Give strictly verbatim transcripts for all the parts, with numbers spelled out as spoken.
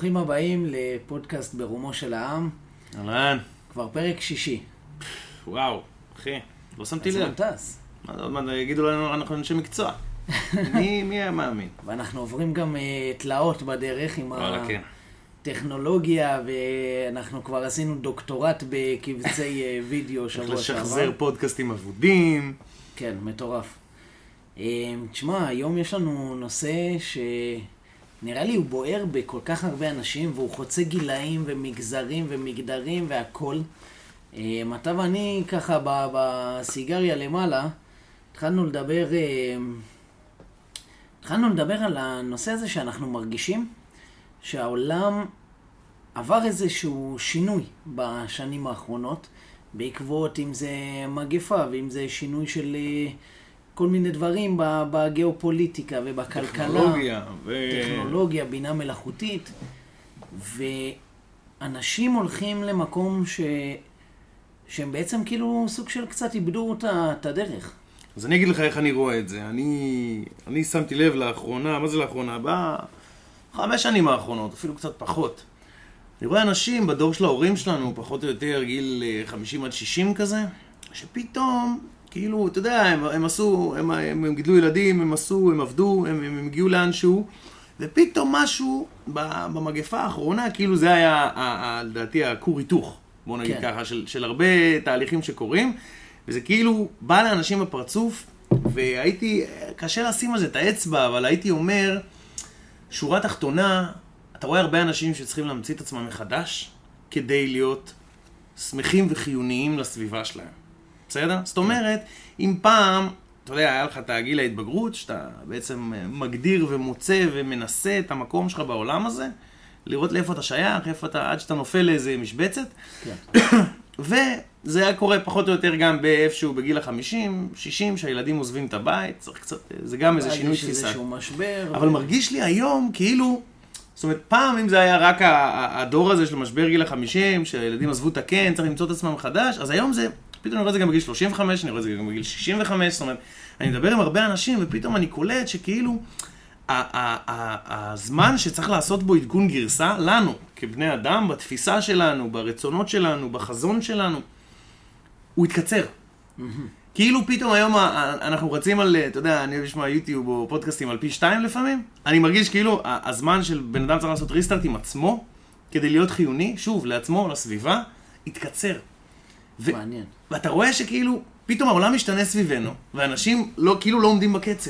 ברוכים הבאים לפודקאסט ברומו של העם. אהלן. כבר פרק שישי. וואו, אחי, לא שמתי לב. אז מה טס? עוד מעט יגידו לנו, אנחנו אנשי מקצוע. מי מי היה מאמין? ואנחנו עוברים גם uh, תלאות בדרך עם וואלה, כן. הטכנולוגיה, ואנחנו כבר עשינו דוקטורט בקבצי uh, וידאו שבוע שעבר. לשחזר פודקאסטים עבודים. כן, מטורף. Uh, תשמע, היום יש לנו נושא שנראה לי הוא בוער בכל כך הרבה אנשים, והוא חוצה גילאים ומגזרים ומגדרים והכל. Uh, אתה ואני ככה ב- בסיגריה למעלה, התחלנו לדבר... Uh, התחלנו לדבר על הנושא הזה שאנחנו מרגישים שהעולם עבר איזשהו שינוי בשנים האחרונות, בעקבות אם זה מגפה ואם זה שינוי של כל מיני דברים בגיאופוליטיקה ובכלכלה. טכנולוגיה. ו... טכנולוגיה, בינה מלאכותית. ואנשים הולכים למקום ש... שהם בעצם כאילו סוג של קצת איבדו את הדרך. אז אני אגיד לך איך אני רואה את זה. אני, אני שמתי לב לאחרונה, מה זה לאחרונה? בחמש שנים האחרונות, אפילו קצת פחות. אני רואה אנשים בדור של ההורים שלנו, פחות או יותר גיל חמישים עד שישים כזה, שפתאום, כאילו, אתה יודע, הם, הם עשו, הם, הם, הם גידלו ילדים, הם עשו, הם עבדו, הם, הם, הם הגיעו לאנשהו, ופתאום משהו במגפה האחרונה, כאילו זה היה, לדעתי, הכור היתוך, בוא נגיד כן. ככה, של, של הרבה תהליכים שקורים, וזה כאילו בא לאנשים בפרצוף, והייתי, קשה לשים על זה את האצבע, אבל הייתי אומר, שורה תחתונה, אתה רואה הרבה אנשים שצריכים להמציא את עצמם מחדש, כדי להיות שמחים וחיוניים לסביבה שלהם. בסדר? זאת אומרת, אם פעם, אתה יודע, היה לך את הגיל ההתבגרות, שאתה בעצם מגדיר ומוצא ומנסה את המקום שלך בעולם הזה, לראות לאיפה אתה שייך, איפה אתה, עד שאתה נופל לאיזה משבצת. כן. וזה היה קורה פחות או יותר גם באיפשהו בגיל ה-חמישים, שישים, שהילדים עוזבים את הבית, צריך קצת, זה גם איזה שינוי תפיסה. איזשהו משבר. אבל מרגיש לי היום כאילו, זאת אומרת, פעם אם זה היה רק הדור הזה של משבר גיל ה-חמישים, שהילדים עזבו את הקן, צריך למצוא את עצמם מחדש, אז היום זה, פתאום אני רואה את זה גם בגיל שלושים וחמש, אני רואה את זה גם בגיל שישים וחמש, זאת אומרת, אני מדבר עם הרבה אנשים ופתאום אני קולט שכאילו, הזמן שצריך לעשות בו עדכון גרסה, לנו, כבני אדם, בתפיסה שלנו, ברצונות שלנו, בחזון שלנו, הוא התקצר. כאילו פתאום היום אנחנו רצים על, אתה יודע, אני אוהב לשמוע יוטיוב או פודקאסטים על פי שתיים לפעמים, אני מרגיש כאילו הזמן של בן אדם צריך לעשות ריסטארט עם עצמו, כדי להיות חיוני, שוב, לעצמו, לסביבה, התקצר. מעניין. ואתה רואה שכאילו, פתאום העולם משתנה סביבנו, ואנשים לא, כאילו לא עומדים בקצב.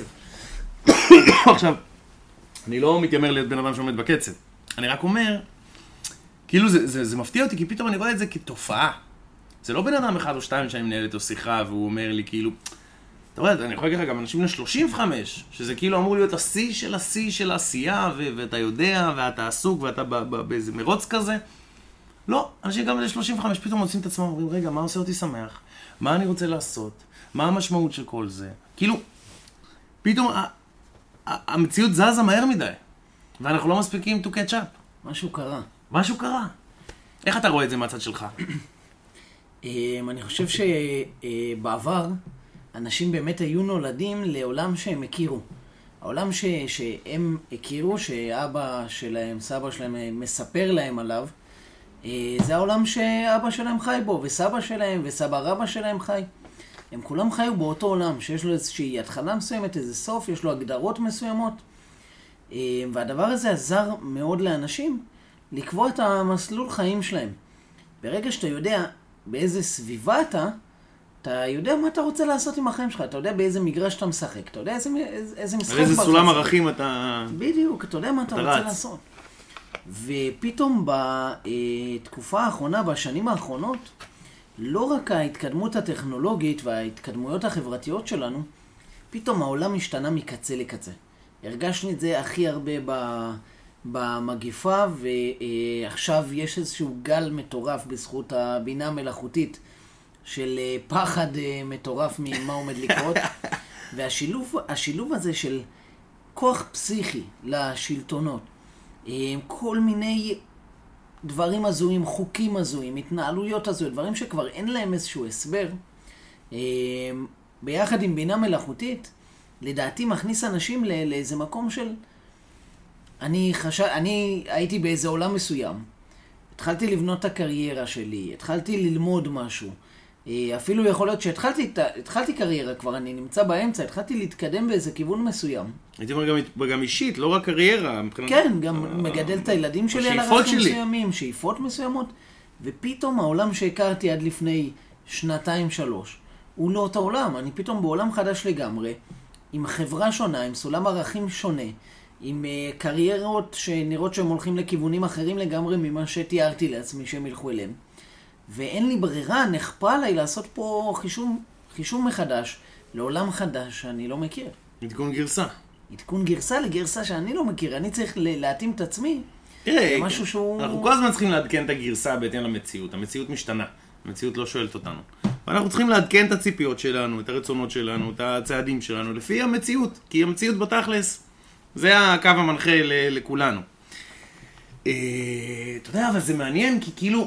עכשיו, אני לא מתיימר להיות בן אדם שעומד בקצב. אני רק אומר, כאילו זה, זה, זה מפתיע אותי, כי פתאום אני רואה את זה כתופעה. זה לא בן אדם אחד או שתיים שאני מנהל איתו שיחה, והוא אומר לי כאילו, אתה רואה, אני יכול להגיד לך גם אנשים בני שלושים וחמש, שזה כאילו אמור להיות השיא של השיא של העשייה, ו- ואתה יודע, ואתה עסוק, ואתה ב- ב- באיזה מרוץ כזה. לא, אנשים גם בני שלושים וחמש פתאום מוצאים את עצמם, אומרים, רגע, מה עושה אותי שמח? מה אני רוצה לעשות? מה המשמעות של כל זה? כאילו, פתאום המציאות זזה מהר מדי, ואנחנו לא מספיקים to catch up. משהו קרה. משהו קרה. איך אתה רואה את זה מהצד שלך? אני חושב שבעבר אנשים באמת היו נולדים לעולם שהם הכירו. העולם ש... שהם הכירו, שאבא שלהם, סבא שלהם מספר להם עליו, זה העולם שאבא שלהם חי בו, וסבא שלהם וסבא רבא שלהם חי. הם כולם חיו באותו עולם, שיש לו איזושהי התחלה מסוימת, איזה סוף, יש לו הגדרות מסוימות. והדבר הזה עזר מאוד לאנשים לקבוע את המסלול חיים שלהם. ברגע שאתה יודע באיזה סביבה אתה, אתה יודע מה אתה רוצה לעשות עם החיים שלך, אתה יודע באיזה מגרש אתה משחק, אתה יודע איזה, איזה משחק... איזה סולם ערכים אתה... בדיוק, אתה יודע מה אתה, אתה רוצה רץ. לעשות. ופתאום בתקופה האחרונה, בשנים האחרונות, לא רק ההתקדמות הטכנולוגית וההתקדמויות החברתיות שלנו, פתאום העולם השתנה מקצה לקצה. הרגשנו את זה הכי הרבה במגיפה, ועכשיו יש איזשהו גל מטורף בזכות הבינה המלאכותית של פחד מטורף ממה עומד לקרות. והשילוב השילוב הזה של כוח פסיכי לשלטונות, כל מיני דברים הזויים, חוקים הזויים, התנהלויות הזויות, דברים שכבר אין להם איזשהו הסבר, ביחד עם בינה מלאכותית, לדעתי מכניס אנשים לאיזה מקום של אני חשב... אני הייתי באיזה עולם מסוים. התחלתי לבנות את הקריירה שלי, התחלתי ללמוד משהו. אפילו יכול להיות שהתחלתי התחלתי קריירה כבר, אני נמצא באמצע, התחלתי להתקדם באיזה כיוון מסוים. הייתי אומר גם, גם אישית, לא רק קריירה. כן, גם מגדל את הילדים שלי על ערכים מסוימים, שאיפות מסוימות, ופתאום העולם שהכרתי עד לפני שנתיים שלוש, הוא לא אותו עולם, אני פתאום בעולם חדש לגמרי, עם חברה שונה, עם סולם ערכים שונה, עם uh, קריירות שנראות שהם הולכים לכיוונים אחרים לגמרי ממה שתיארתי לעצמי שהם ילכו אליהם. ואין לי ברירה, נחפה עליי לעשות פה חישום, חישום מחדש, לעולם חדש שאני לא מכיר. עדכון גרסה. עדכון גרסה לגרסה שאני לא מכיר, אני צריך להתאים את עצמי. תראה, משהו שהוא... אנחנו כל הזמן צריכים לעדכן את הגרסה בהתאם למציאות. המציאות משתנה, המציאות לא שואלת אותנו. ואנחנו צריכים לעדכן את הציפיות שלנו, את הרצונות שלנו, את הצעדים שלנו, לפי המציאות. כי המציאות בתכלס, זה הקו המנחה לכולנו. אתה יודע, אבל זה מעניין, כי כאילו...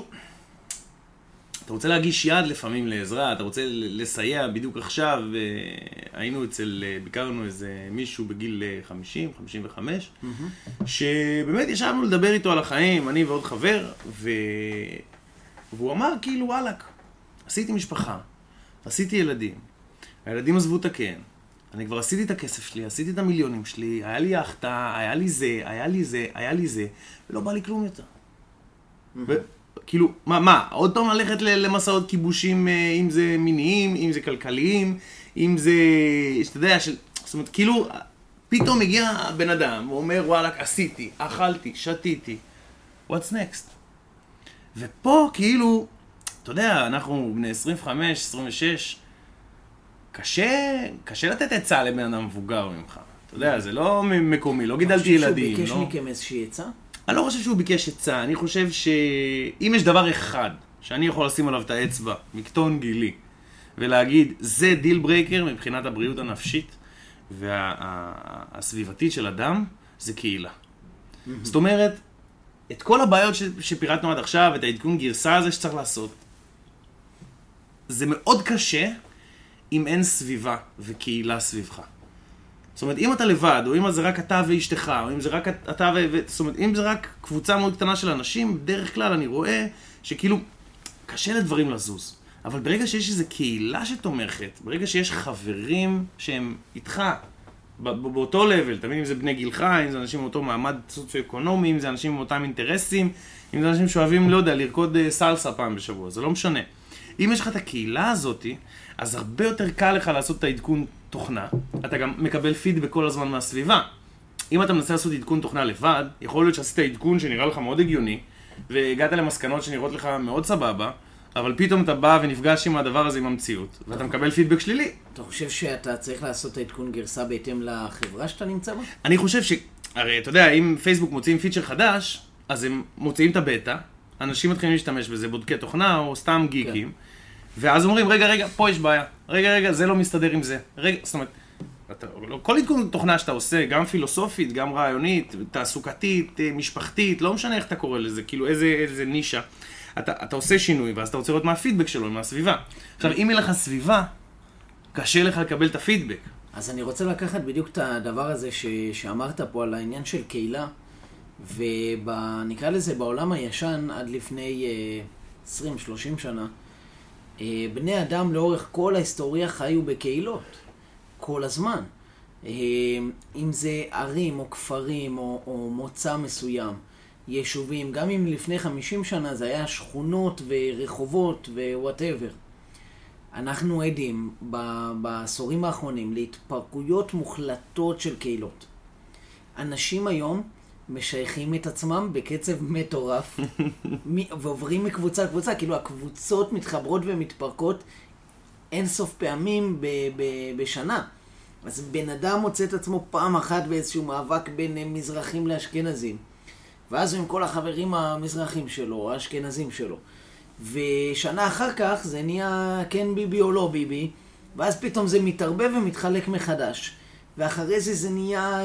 אתה רוצה להגיש יד לפעמים לעזרה, אתה רוצה לסייע בדיוק עכשיו, היינו אצל, ביקרנו איזה מישהו בגיל חמישים, חמישים וחמש, mm-hmm. שבאמת ישבנו לדבר איתו על החיים, אני ועוד חבר, ו... והוא אמר כאילו וואלק, עשיתי משפחה, עשיתי ילדים, הילדים עזבו את הקן, אני כבר עשיתי את הכסף שלי, עשיתי את המיליונים שלי, היה לי יחטה, היה לי זה, היה לי זה, היה לי זה, ולא בא לי כלום יותר. Mm-hmm. ו... כאילו, מה, מה? עוד פעם ללכת למסעות כיבושים, אם זה מיניים, אם זה כלכליים, אם זה, שאתה יודע, של... זאת אומרת, כאילו, פתאום מגיע בן אדם, הוא אומר, וואלק, עשיתי, אכלתי, שתיתי, what's next? ופה, כאילו, אתה יודע, אנחנו בני עשרים וחמש, עשרים ושש, קשה, קשה לתת עצה לבן אדם מבוגר ממך. אתה יודע, זה לא מקומי, לא גידלתי ילדים. אתה חושב שהוא ביקש מכם איזושהי עצה? אני לא חושב שהוא ביקש עצה, אני חושב שאם יש דבר אחד שאני יכול לשים עליו את האצבע, מקטון גילי, ולהגיד, זה דיל ברייקר מבחינת הבריאות הנפשית והסביבתית של אדם, זה קהילה. זאת אומרת, את כל הבעיות שפירטנו עד עכשיו, את העדכון גרסה הזה שצריך לעשות, זה מאוד קשה אם אין סביבה וקהילה סביבך. זאת אומרת, אם אתה לבד, או אם זה רק אתה ואשתך, או אם זה רק אתה ו... זאת אומרת, אם זה רק קבוצה מאוד קטנה של אנשים, בדרך כלל אני רואה שכאילו קשה לדברים לזוז. אבל ברגע שיש איזו קהילה שתומכת, ברגע שיש חברים שהם איתך, באותו לבל, תמיד אם זה בני גילך, אם זה אנשים מאותו מעמד סוציו-אקונומי, אם זה אנשים עם אותם אינטרסים, אם זה אנשים שאוהבים, לא יודע, לרקוד סלסה פעם בשבוע, זה לא משנה. אם יש לך את הקהילה הזאת, אז הרבה יותר קל לך לעשות את העדכון תוכנה. אתה גם מקבל פידבק כל הזמן מהסביבה. אם אתה מנסה לעשות עדכון תוכנה לבד, יכול להיות שעשית עדכון שנראה לך מאוד הגיוני, והגעת למסקנות שנראות לך מאוד סבבה, אבל פתאום אתה בא ונפגש עם הדבר הזה עם המציאות, ואתה מקבל פידבק שלילי. אתה חושב שאתה צריך לעשות את העדכון גרסה בהתאם לחברה שאתה נמצא בה? אני חושב ש... הרי אתה יודע, אם פייסבוק מוציאים פיצ'ר חדש, אז הם מוציאים את הבטא, אנשים מתחילים להשתמש בזה, בודקי תוכנה או סתם גיקים, ואז אומרים, רגע, רגע, פה יש בעיה. רגע, רגע, זה לא מסתדר עם זה. רגע, זאת אומרת, אתה, כל עדכון תוכנה שאתה עושה, גם פילוסופית, גם רעיונית, תעסוקתית, משפחתית, לא משנה איך אתה קורא לזה, כאילו איזה, איזה נישה. אתה, אתה עושה שינוי, ואז אתה רוצה לראות מה הפידבק שלו, מהסביבה. עכשיו, אם אין לך סביבה, קשה לך לקבל את הפידבק. אז אני רוצה לקחת בדיוק את הדבר הזה ש, שאמרת פה על העניין של קהילה, ונקרא לזה בעולם הישן, עד לפני עשרים שלושים שנה, בני אדם לאורך כל ההיסטוריה חיו בקהילות, כל הזמן. אם זה ערים או כפרים או, או מוצא מסוים, יישובים, גם אם לפני חמישים שנה זה היה שכונות ורחובות ווואטאבר. אנחנו עדים בעשורים האחרונים להתפרקויות מוחלטות של קהילות. אנשים היום משייכים את עצמם בקצב מטורף ועוברים מקבוצה לקבוצה, כאילו הקבוצות מתחברות ומתפרקות אין סוף פעמים ב- ב- בשנה. אז בן אדם מוצא את עצמו פעם אחת באיזשהו מאבק בין מזרחים לאשכנזים, ואז הוא עם כל החברים המזרחים שלו, האשכנזים שלו, ושנה אחר כך זה נהיה כן ביבי או לא ביבי, ואז פתאום זה מתערבב ומתחלק מחדש, ואחרי זה זה נהיה...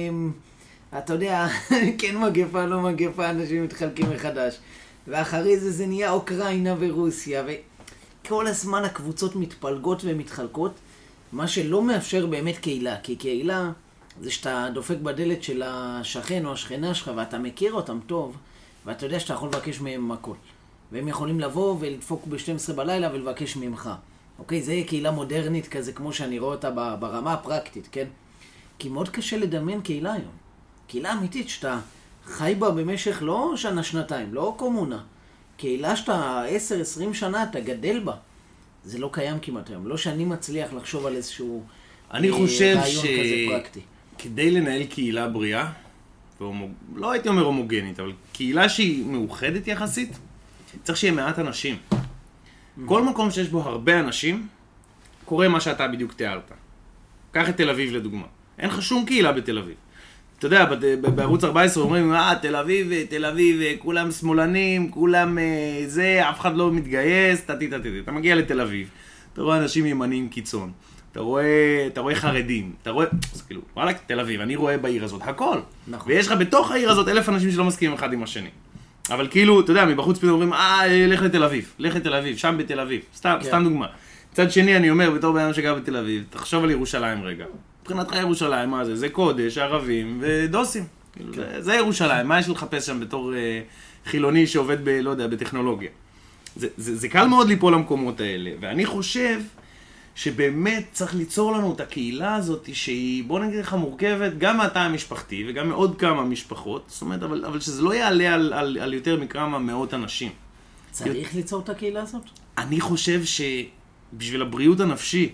אתה יודע, כן מגפה, לא מגפה, אנשים מתחלקים מחדש. ואחרי זה זה נהיה אוקראינה ורוסיה, וכל הזמן הקבוצות מתפלגות ומתחלקות, מה שלא מאפשר באמת קהילה, כי קהילה, זה שאתה דופק בדלת של השכן או השכנה שלך, ואתה מכיר אותם טוב, ואתה יודע שאתה יכול לבקש מהם הכל. והם יכולים לבוא ולדפוק ב-שתים עשרה בלילה ולבקש ממך. אוקיי? זה קהילה מודרנית כזה, כמו שאני רואה אותה ברמה הפרקטית, כן? כי מאוד קשה לדמיין קהילה היום. קהילה אמיתית שאתה חי בה במשך לא שנה, שנתיים, לא קומונה. קהילה שאתה עשר עשרים שנה, אתה גדל בה. זה לא קיים כמעט היום. לא שאני מצליח לחשוב על איזשהו אני חושב רעיון כזה פרקטי. שכדי לנהל קהילה בריאה, והומוג... לא הייתי אומר הומוגנית, אבל קהילה שהיא מאוחדת יחסית, צריך שיהיה מעט אנשים. כל מקום שיש בו הרבה אנשים, קורה מה שאתה בדיוק תיארת. קח את תל אביב לדוגמה. אין לך שום קהילה בתל אביב. אתה יודע, בערוץ ארבע עשרה אומרים, אה, תל אביב, תל אביב, כולם שמאלנים, כולם זה, אף אחד לא מתגייס, תתי, תתי, תתי. אתה מגיע לתל אביב, אתה רואה אנשים ימניים קיצון, אתה רואה, אתה רואה חרדים, אתה רואה, אז כאילו, וואלה, תל אביב, אני רואה בעיר הזאת הכל. נכון. ויש לך בתוך העיר הזאת אלף אנשים שלא מסכימים אחד עם השני. אבל כאילו, אתה יודע, מבחוץ פתאום אומרים, אה, לך לתל אביב, לך לתל אביב, שם בתל אביב. סתם, סתם דוגמה. מצד שני, אני אומר, בתור בן אדם שגר בתל אביב, תחשוב על ירושלים רגע. מבחינתך ירושלים, מה זה? זה קודש, ערבים ודוסים. זה ירושלים, מה יש לחפש שם בתור חילוני שעובד ב, לא יודע, בטכנולוגיה? זה, זה, זה קל מאוד ליפול למקומות האלה, ואני חושב שבאמת צריך ליצור לנו את הקהילה הזאת שהיא, בוא נגיד לך, מורכבת גם מהתא המשפחתי וגם מעוד כמה משפחות, זאת אומרת, אבל, אבל שזה לא יעלה על, על, על יותר מכמה מאות אנשים. צריך ליצור את הקהילה הזאת? אני חושב שבשביל הבריאות הנפשי,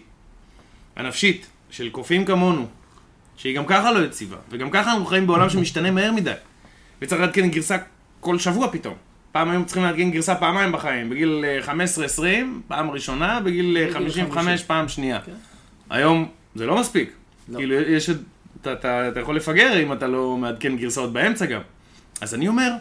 הנפשית של קופים כמונו, שהיא גם ככה לא יציבה, וגם ככה אנחנו חיים בעולם שמשתנה מהר מדי, וצריך לעדכן גרסה כל שבוע פתאום. פעם היום צריכים לעדכן גרסה פעמיים בחיים, בגיל חמש עשרה עשרים, פעם ראשונה, בגיל חמישים וחמש, פעם שנייה. היום זה לא מספיק. כאילו, יש, אתה, אתה, אתה יכול לפגר אם אתה לא מעדכן גרסאות באמצע גם. אז אני אומר,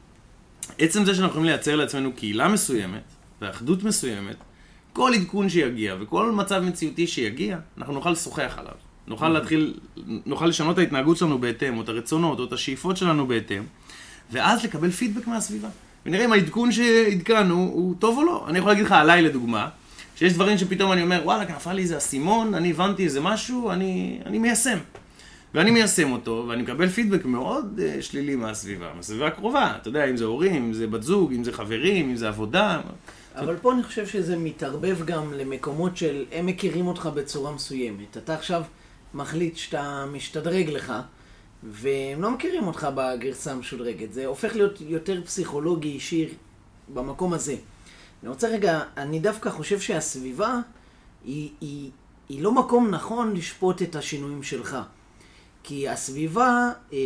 עצם זה שאנחנו יכולים לייצר לעצמנו קהילה מסוימת, ואחדות מסוימת, כל עדכון שיגיע וכל מצב מציאותי שיגיע, אנחנו נוכל לשוחח עליו. נוכל להתחיל, נוכל לשנות את ההתנהגות שלנו בהתאם, או את הרצונות, או את השאיפות שלנו בהתאם, ואז לקבל פידבק מהסביבה. ונראה אם העדכון שהדכנו הוא טוב או לא. אני יכול להגיד לך עליי לדוגמה, שיש דברים שפתאום אני אומר, וואלה, נפל לי איזה אסימון, אני הבנתי איזה משהו, אני, אני מיישם. ואני מיישם אותו, ואני מקבל פידבק מאוד uh, שלילי מהסביבה, מהסביבה הקרובה. אתה יודע, אם זה הורים, אם זה בת זוג, אם זה חברים, אם זה עבודה. אבל פה אני חושב שזה מתערבב גם למקומות של, הם מכירים אותך בצורה מסוימת. אתה עכשיו מחליט שאתה משתדרג לך, והם לא מכירים אותך בגרסה המשודרגת. זה הופך להיות יותר פסיכולוגי אישי במקום הזה. אני רוצה רגע, אני דווקא חושב שהסביבה היא, היא, היא לא מקום נכון לשפוט את השינויים שלך. כי הסביבה, אה,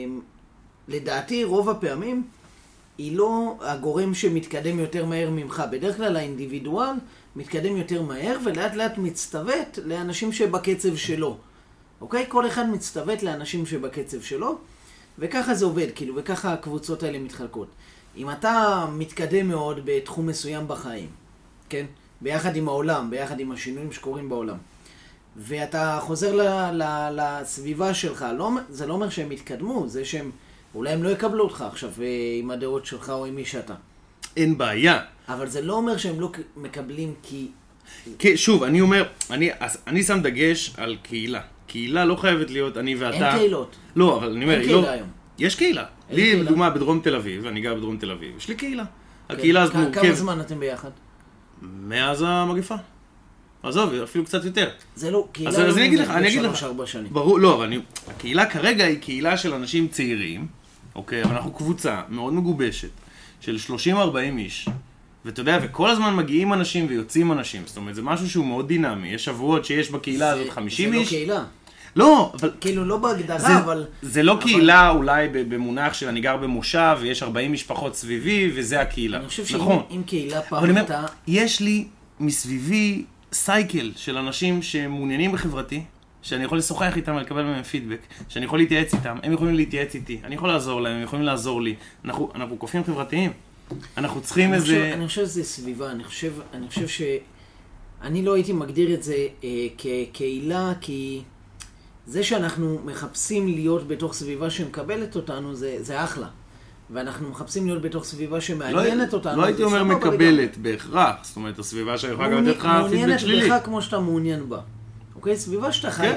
לדעתי, רוב הפעמים, היא לא הגורם שמתקדם יותר מהר ממך. בדרך כלל האינדיבידואל מתקדם יותר מהר ולאט לאט מצטוות לאנשים שבקצב שלו. אוקיי? כל אחד מצטוות לאנשים שבקצב שלו, וככה זה עובד, כאילו, וככה הקבוצות האלה מתחלקות. אם אתה מתקדם מאוד בתחום מסוים בחיים, כן? ביחד עם העולם, ביחד עם השינויים שקורים בעולם, ואתה חוזר ל, ל, לסביבה שלך, לא, זה לא אומר שהם יתקדמו, זה שהם, אולי הם לא יקבלו אותך עכשיו עם הדעות שלך או עם מי שאתה. אין בעיה. אבל זה לא אומר שהם לא מקבלים כי... כי שוב, אני אומר, אני, אני שם דגש על קהילה. קהילה לא חייבת להיות אני ואתה. אין קהילות. לא, אבל אני אומר, אין קהילה לא... היום. יש קהילה. לי, לדוגמה, בדרום תל אביב, אני גר בדרום תל אביב, יש לי קהילה. הקהילה הזאת מורכבת. כמה זמן אתם ביחד? מאז המגפה. עזוב, אפילו קצת יותר. זה לא, קהילה אז, אז אני אגיד לך, אני אגיד שלוש, לך. ארבע שנים. ברור, לא, אבל אני, הקהילה כרגע היא קהילה של אנשים צעירים, אוקיי, אבל אנחנו קבוצה מאוד מגובשת, של שלושים ארבעים איש, ואתה יודע, וכל הזמן מגיעים אנשים ויוצאים אנשים, זאת אומרת, זה משהו שהוא מאוד דינמי, יש שבועות שיש בקהילה הזאת חמישים איש. זה לא קהילה. לא, אבל... כאילו לא בהגדרה, זה, אבל... זה לא אבל... קהילה אולי במונח של אני גר במושב ויש ארבעים משפחות סביבי וזה הקהילה. אני חושב שאם נכון. אם קהילה פעם אבל הייתה... אומר, יש לי מסביבי סייקל של אנשים שמעוניינים בחברתי, שאני יכול לשוחח איתם ולקבל מהם פידבק, שאני יכול להתייעץ איתם, הם יכולים להתייעץ איתי, אני יכול לעזור להם, הם יכולים לעזור לי. אנחנו, אנחנו קופים חברתיים. אנחנו צריכים אני איזה... חושב, אני חושב שזה סביבה, אני חושב, אני חושב ש... אני לא הייתי מגדיר את זה אה, כקהילה, כי... זה שאנחנו מחפשים להיות בתוך סביבה שמקבלת אותנו, זה, זה אחלה. ואנחנו מחפשים להיות בתוך סביבה שמעניינת לא, אותנו. לא הייתי אומר מקבלת בהכרח, זאת אומרת, הסביבה שיכולה גם לתת לך פידבק שלילי. מעוניינת בך כמו שאתה מעוניין בה. אוקיי? סביבה שאתה חי כן. בה.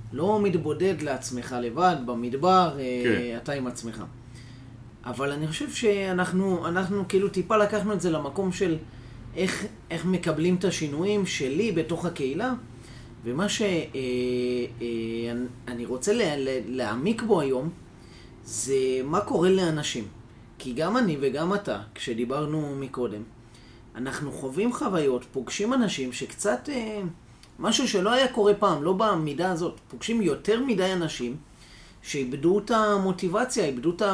לא מתבודד לעצמך לבד, במדבר, כן. אתה עם עצמך. אבל אני חושב שאנחנו, אנחנו כאילו טיפה לקחנו את זה למקום של איך, איך מקבלים את השינויים שלי בתוך הקהילה, ומה שאני רוצה לה, להעמיק בו היום, זה מה קורה לאנשים. כי גם אני וגם אתה, כשדיברנו מקודם, אנחנו חווים חוויות, פוגשים אנשים שקצת, אה, משהו שלא היה קורה פעם, לא במידה הזאת, פוגשים יותר מדי אנשים שאיבדו את המוטיבציה, איבדו את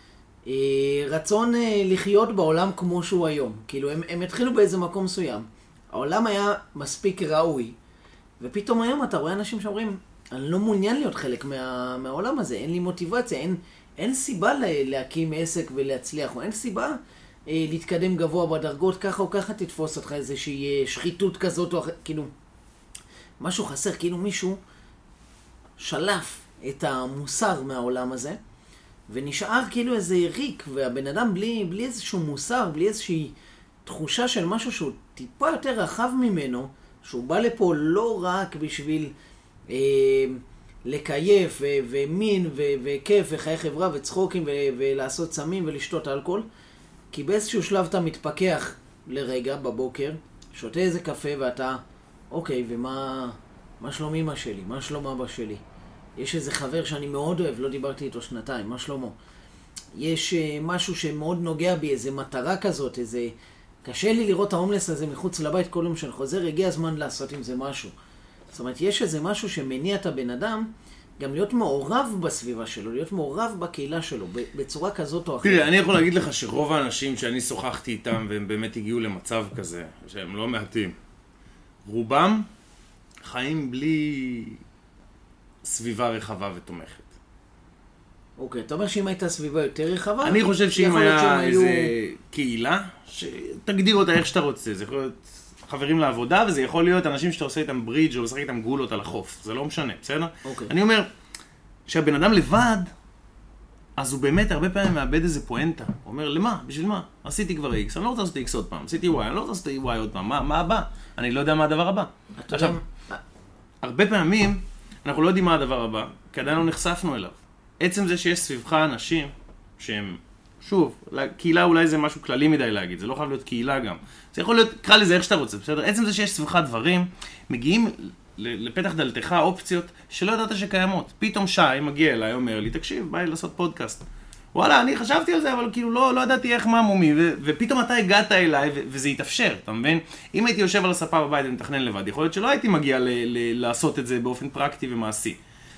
הרצון אה, לחיות בעולם כמו שהוא היום. כאילו, הם, הם התחילו באיזה מקום מסוים. העולם היה מספיק ראוי, ופתאום היום אתה רואה אנשים שאומרים, אני לא מעוניין להיות חלק מה, מהעולם הזה, אין לי מוטיבציה, אין, אין סיבה להקים עסק ולהצליח, או אין סיבה אה, להתקדם גבוה בדרגות, ככה או ככה תתפוס אותך איזושהי שחיתות כזאת או אחרת, כאילו, משהו חסר, כאילו מישהו שלף את המוסר מהעולם הזה, ונשאר כאילו איזה ריק, והבן אדם בלי, בלי איזשהו מוסר, בלי איזושהי תחושה של משהו שהוא טיפה יותר רחב ממנו, שהוא בא לפה לא רק בשביל אה, לקייף ו- ומין ו- וכיף וחיי חברה וצחוקים ו- ולעשות סמים ולשתות אלכוהול, כי באיזשהו שלב אתה מתפקח לרגע בבוקר, שותה איזה קפה ואתה, אוקיי, ומה מה שלום אמא שלי? מה שלום אבא שלי? יש איזה חבר שאני מאוד אוהב, לא דיברתי איתו שנתיים, מה שלומו? יש אה, משהו שמאוד נוגע בי, איזה מטרה כזאת, איזה... קשה לי לראות ההומלס הזה מחוץ לבית כל יום שאני חוזר, הגיע הזמן לעשות עם זה משהו. זאת אומרת, יש איזה משהו שמניע את הבן אדם גם להיות מעורב בסביבה שלו, להיות מעורב בקהילה שלו, בצורה כזאת או אחרת. תראה, אני יכול להגיד לך שרוב האנשים שאני שוחחתי איתם והם באמת הגיעו למצב כזה, שהם לא מעטים, רובם חיים בלי סביבה רחבה ותומכת. אוקיי, אתה אומר שאם הייתה סביבה יותר רחבה? אני חושב שאם היה היו... איזה קהילה, שתגדיר אותה איך שאתה רוצה, זה יכול להיות חברים לעבודה, וזה יכול להיות אנשים שאתה עושה איתם ברידג' או משחק איתם גולות על החוף, זה לא משנה, בסדר? אוקיי. אני אומר, שהבן אדם לבד, אז הוא באמת הרבה פעמים מאבד איזה פואנטה. הוא אומר, למה? בשביל מה? עשיתי כבר X, אני לא רוצה לעשות X עוד פעם, עשיתי Y, אני לא רוצה לעשות Y עוד פעם, מה, מה הבא? אני לא יודע מה הדבר הבא. עכשיו, הרבה פעמים אנחנו לא יודעים מה הדבר הבא, כי עדיין לא נחשפנו אליו. עצם זה שיש סביבך אנשים שהם, שוב, קהילה אולי זה משהו כללי מדי להגיד, זה לא חייב להיות קהילה גם. זה יכול להיות, קרא לזה איך שאתה רוצה, בסדר? עצם זה שיש סביבך דברים, מגיעים לפתח דלתך אופציות שלא ידעת שקיימות. פתאום שי מגיע אליי, אומר לי, תקשיב, בא לי לעשות פודקאסט. וואלה, אני חשבתי על זה, אבל כאילו לא, לא ידעתי איך מה מומי, ו- ופתאום אתה הגעת אליי, ו- וזה יתאפשר, אתה מבין? אם הייתי יושב על הספה בבית ומתכנן לבד, יכול להיות שלא הייתי מגיע ל- ל- לעשות את זה באופן פרקטי ומעשי.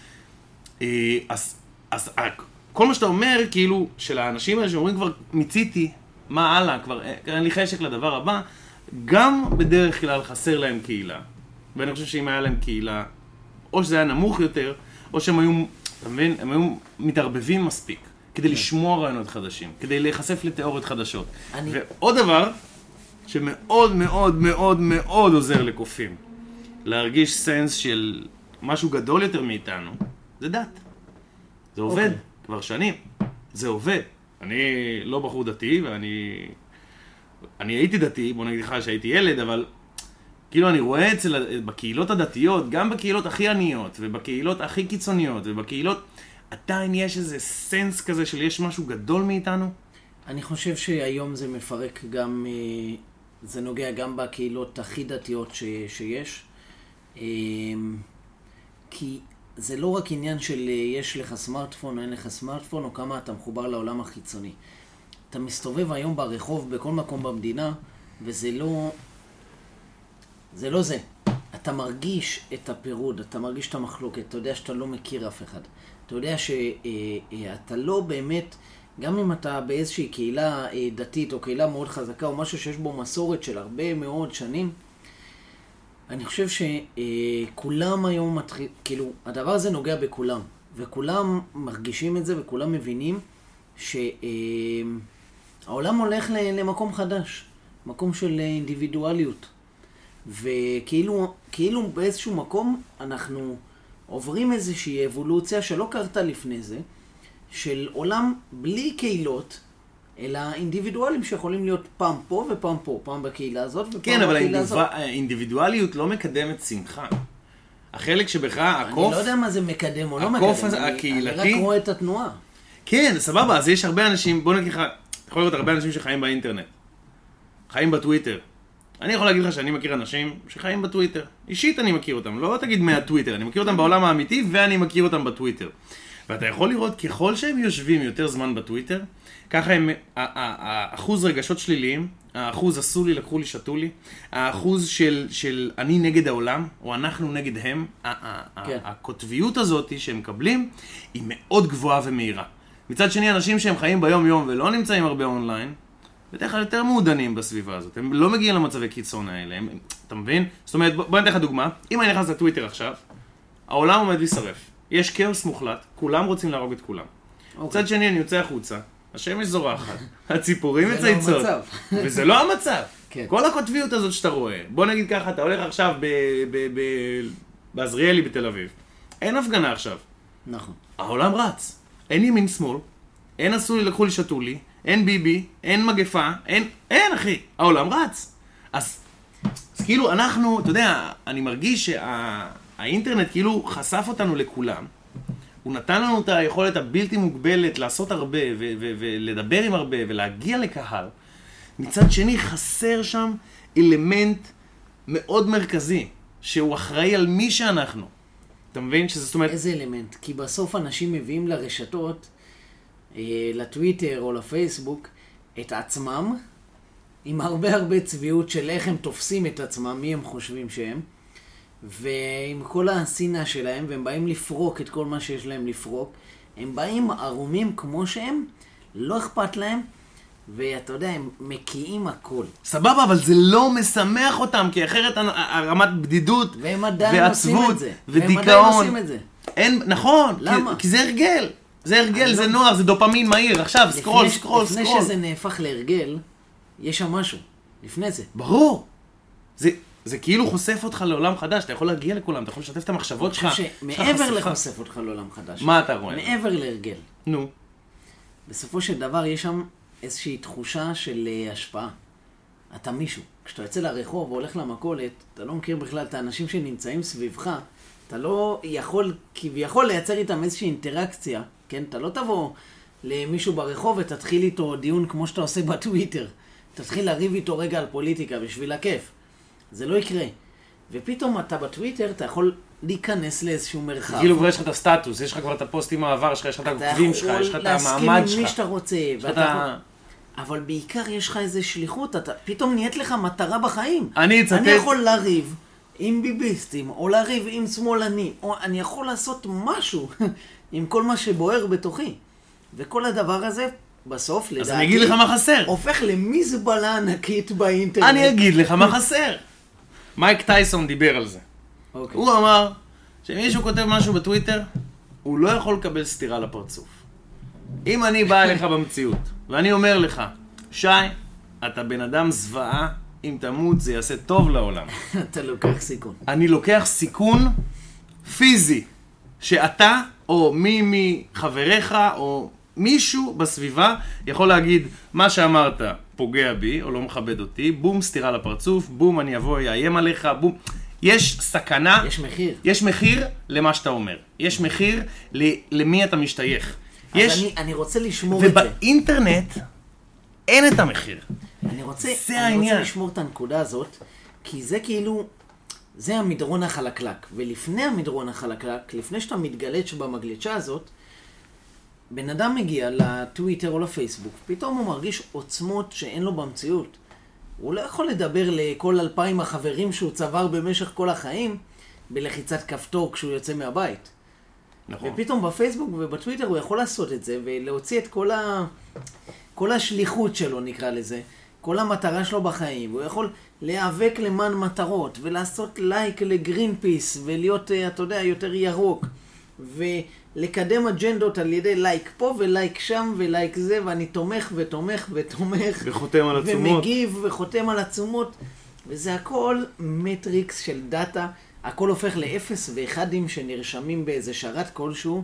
אז, אז כל מה שאתה אומר, כאילו, של האנשים האלה שאומרים כבר מיציתי, מה הלאה, כבר אין לי חשק לדבר הבא, גם בדרך כלל חסר להם קהילה. ואני חושב שאם היה להם קהילה, או שזה היה נמוך יותר, או שהם היו, אתה מבין, הם היו מתערבבים מספיק, כדי לשמוע רעיונות חדשים, כדי להיחשף לתיאוריות חדשות. אני... ועוד דבר, שמאוד מאוד מאוד מאוד עוזר לקופים, להרגיש סנס של משהו גדול יותר מאיתנו, זה דת. זה עובד, okay. כבר שנים. זה עובד. אני לא בחור דתי, ואני... אני הייתי דתי, בוא נגיד לך שהייתי ילד, אבל... כאילו אני רואה אצל... בקהילות הדתיות, גם בקהילות הכי עניות, ובקהילות הכי קיצוניות, ובקהילות... עדיין יש איזה סנס כזה של יש משהו גדול מאיתנו? אני חושב שהיום זה מפרק גם... זה נוגע גם בקהילות הכי דתיות ש... שיש. כי... זה לא רק עניין של יש לך סמארטפון או אין לך סמארטפון, או כמה אתה מחובר לעולם החיצוני. אתה מסתובב היום ברחוב בכל מקום במדינה, וזה לא... זה לא זה. אתה מרגיש את הפירוד, אתה מרגיש את המחלוקת, אתה יודע שאתה לא מכיר אף אחד. אתה יודע שאתה לא באמת, גם אם אתה באיזושהי קהילה דתית או קהילה מאוד חזקה, או משהו שיש בו מסורת של הרבה מאוד שנים, אני חושב שכולם היום מתחיל, כאילו, הדבר הזה נוגע בכולם, וכולם מרגישים את זה, וכולם מבינים שהעולם הולך למקום חדש, מקום של אינדיבידואליות, וכאילו, כאילו באיזשהו מקום אנחנו עוברים איזושהי אבולוציה שלא קרתה לפני זה, של עולם בלי קהילות, אלא אינדיבידואלים שיכולים להיות פעם פה ופעם פה, פעם בקהילה הזאת ופעם כן, בקהילה אבל הזאת. האינדיבידואליות לא מקדמת שמחה. החלק שבך, הקוף... אני לא יודע מה זה מקדם או לא מקדם. הקוף הזה, אני, הקהילתי... אני רק רואה את התנועה. כן, סבבה, אז יש הרבה אנשים, בוא נגיד לך, אתה יכול לראות הרבה אנשים שחיים באינטרנט. חיים בטוויטר. אני יכול להגיד לך שאני מכיר אנשים שחיים בטוויטר. אישית אני מכיר אותם, לא תגיד מהטוויטר, אני מכיר אותם בעולם האמיתי ואני מכיר אותם בטוויטר. ואתה יכול לראות ככל שהם יושבים יותר זמן בטוויטר, ככה הם, האחוז רגשות שליליים, האחוז עשו לי, לקחו לי, שתו לי, האחוז של, של אני נגד העולם, או אנחנו נגד הם, כן. הכותביות הזאת שהם מקבלים, היא מאוד גבוהה ומהירה. מצד שני, אנשים שהם חיים ביום יום ולא נמצאים הרבה אונליין, בדרך כלל יותר מעודנים בסביבה הזאת, הם לא מגיעים למצבי קיצון האלה, הם, אתה מבין? זאת אומרת, בוא ניתן לך דוגמה, אם אני נכנס לטוויטר עכשיו, העולם עומד להישרף, יש כאוס מוחלט, כולם רוצים להרוג את כולם. Okay. מצד שני, אני יוצא החוצה, השמש זורחת, הציפורים מצייצות, וזה לא המצב. כן. כל הכותביות הזאת שאתה רואה, בוא נגיד ככה, אתה הולך עכשיו בעזריאלי בתל אביב, אין הפגנה עכשיו. נכון. העולם רץ, אין ימין שמאל, אין עשו לי, לקחו לי, שתו לי, אין ביבי, אין מגפה, אין, אין אחי, העולם רץ. אז, אז כאילו אנחנו, אתה יודע, אני מרגיש שהאינטרנט כאילו חשף אותנו לכולם, הוא נתן לנו את היכולת הבלתי מוגבלת לעשות הרבה ו- ו- ולדבר עם הרבה ולהגיע לקהל. מצד שני חסר שם אלמנט מאוד מרכזי, שהוא אחראי על מי שאנחנו. אתה מבין שזה זאת אומרת... איזה אלמנט? כי בסוף אנשים מביאים לרשתות, לטוויטר או לפייסבוק, את עצמם, עם הרבה הרבה צביעות של איך הם תופסים את עצמם, מי הם חושבים שהם, ועם כל השנאה שלהם, והם באים לפרוק את כל מה שיש להם לפרוק, הם באים ערומים כמו שהם, לא אכפת להם, ואתה יודע, הם מקיאים הכל. סבבה, אבל זה לא משמח אותם, כי אחרת הרמת בדידות ועצבות ודיכאון. והם עדיין עושים את זה. אין, נכון, למה? כי, כי זה הרגל. זה הרגל, זה נוח, זה דופמין מהיר. עכשיו, סקרול, סקרול, סקרול. לפני שזה נהפך להרגל, יש שם משהו. לפני זה. ברור. זה... זה כאילו חושף אותך לעולם חדש, אתה יכול להגיע לכולם, אתה יכול לשתף את המחשבות שלך. מעבר לחושף אותך לעולם חדש. מה אתה רואה? מעבר להרגל. נו. בסופו של דבר יש שם איזושהי תחושה של השפעה. אתה מישהו. כשאתה יוצא לרחוב והולך למכולת, אתה לא מכיר בכלל את האנשים שנמצאים סביבך, אתה לא יכול, כביכול לייצר איתם איזושהי אינטראקציה, כן? אתה לא תבוא למישהו ברחוב ותתחיל איתו דיון כמו שאתה עושה בטוויטר. תתחיל לריב איתו רגע על פוליטיקה בשביל הכיף. זה לא יקרה. ופתאום אתה בטוויטר, אתה יכול להיכנס לאיזשהו מרחב. כאילו כבר יש לך את הסטטוס, יש לך כבר את הפוסטים העבר שלך, יש לך את העוקבים שלך, יש לך את המעמד שלך. אתה יכול להסכים עם מי שאתה רוצה. ואתה... אבל בעיקר יש לך איזו שליחות, אתה... פתאום נהיית לך מטרה בחיים. אני אצטט... אני יכול לריב עם ביביסטים, או לריב עם שמאלנים, או אני יכול לעשות משהו עם כל מה שבוער בתוכי. וכל הדבר הזה... בסוף, לדעתי, אז אני אגיד לך מה חסר. הופך למזבלה ענקית באינטרנט. אני אגיד לך מה חסר. מייק טייסון דיבר על זה. Okay. הוא אמר שמישהו כותב משהו בטוויטר, הוא לא יכול לקבל סתירה לפרצוף. אם אני בא אליך במציאות, ואני אומר לך, שי, אתה בן אדם זוועה, אם תמות זה יעשה טוב לעולם. אתה לוקח סיכון. אני לוקח סיכון פיזי, שאתה או מי מחבריך או... מישהו בסביבה יכול להגיד מה שאמרת פוגע בי או לא מכבד אותי, בום סתירה לפרצוף, בום אני אבוא יאיים עליך, בום. יש סכנה, יש מחיר. יש מחיר למה שאתה אומר. יש מחיר למי אתה משתייך. אז יש... אני, אני רוצה לשמור את זה. ובאינטרנט אין את המחיר. אני רוצה, זה אני העניין. רוצה לשמור את הנקודה הזאת, כי זה כאילו, זה המדרון החלקלק. ולפני המדרון החלקלק, לפני שאתה מתגלץ' במגלצ'ה הזאת, בן אדם מגיע לטוויטר או לפייסבוק, פתאום הוא מרגיש עוצמות שאין לו במציאות. הוא לא יכול לדבר לכל אלפיים החברים שהוא צבר במשך כל החיים, בלחיצת כפתור כשהוא יוצא מהבית. נכון. ופתאום בפייסבוק ובטוויטר הוא יכול לעשות את זה, ולהוציא את כל, ה... כל השליחות שלו, נקרא לזה, כל המטרה שלו בחיים. הוא יכול להיאבק למען מטרות, ולעשות לייק לגרין פיס, ולהיות, אתה יודע, יותר ירוק. ולקדם אג'נדות על ידי לייק פה ולייק שם ולייק זה, ואני תומך ותומך ותומך. וחותם על עצומות. ומגיב וחותם על עצומות. וזה הכל מטריקס של דאטה. הכל הופך לאפס ואחדים שנרשמים באיזה שרת כלשהו.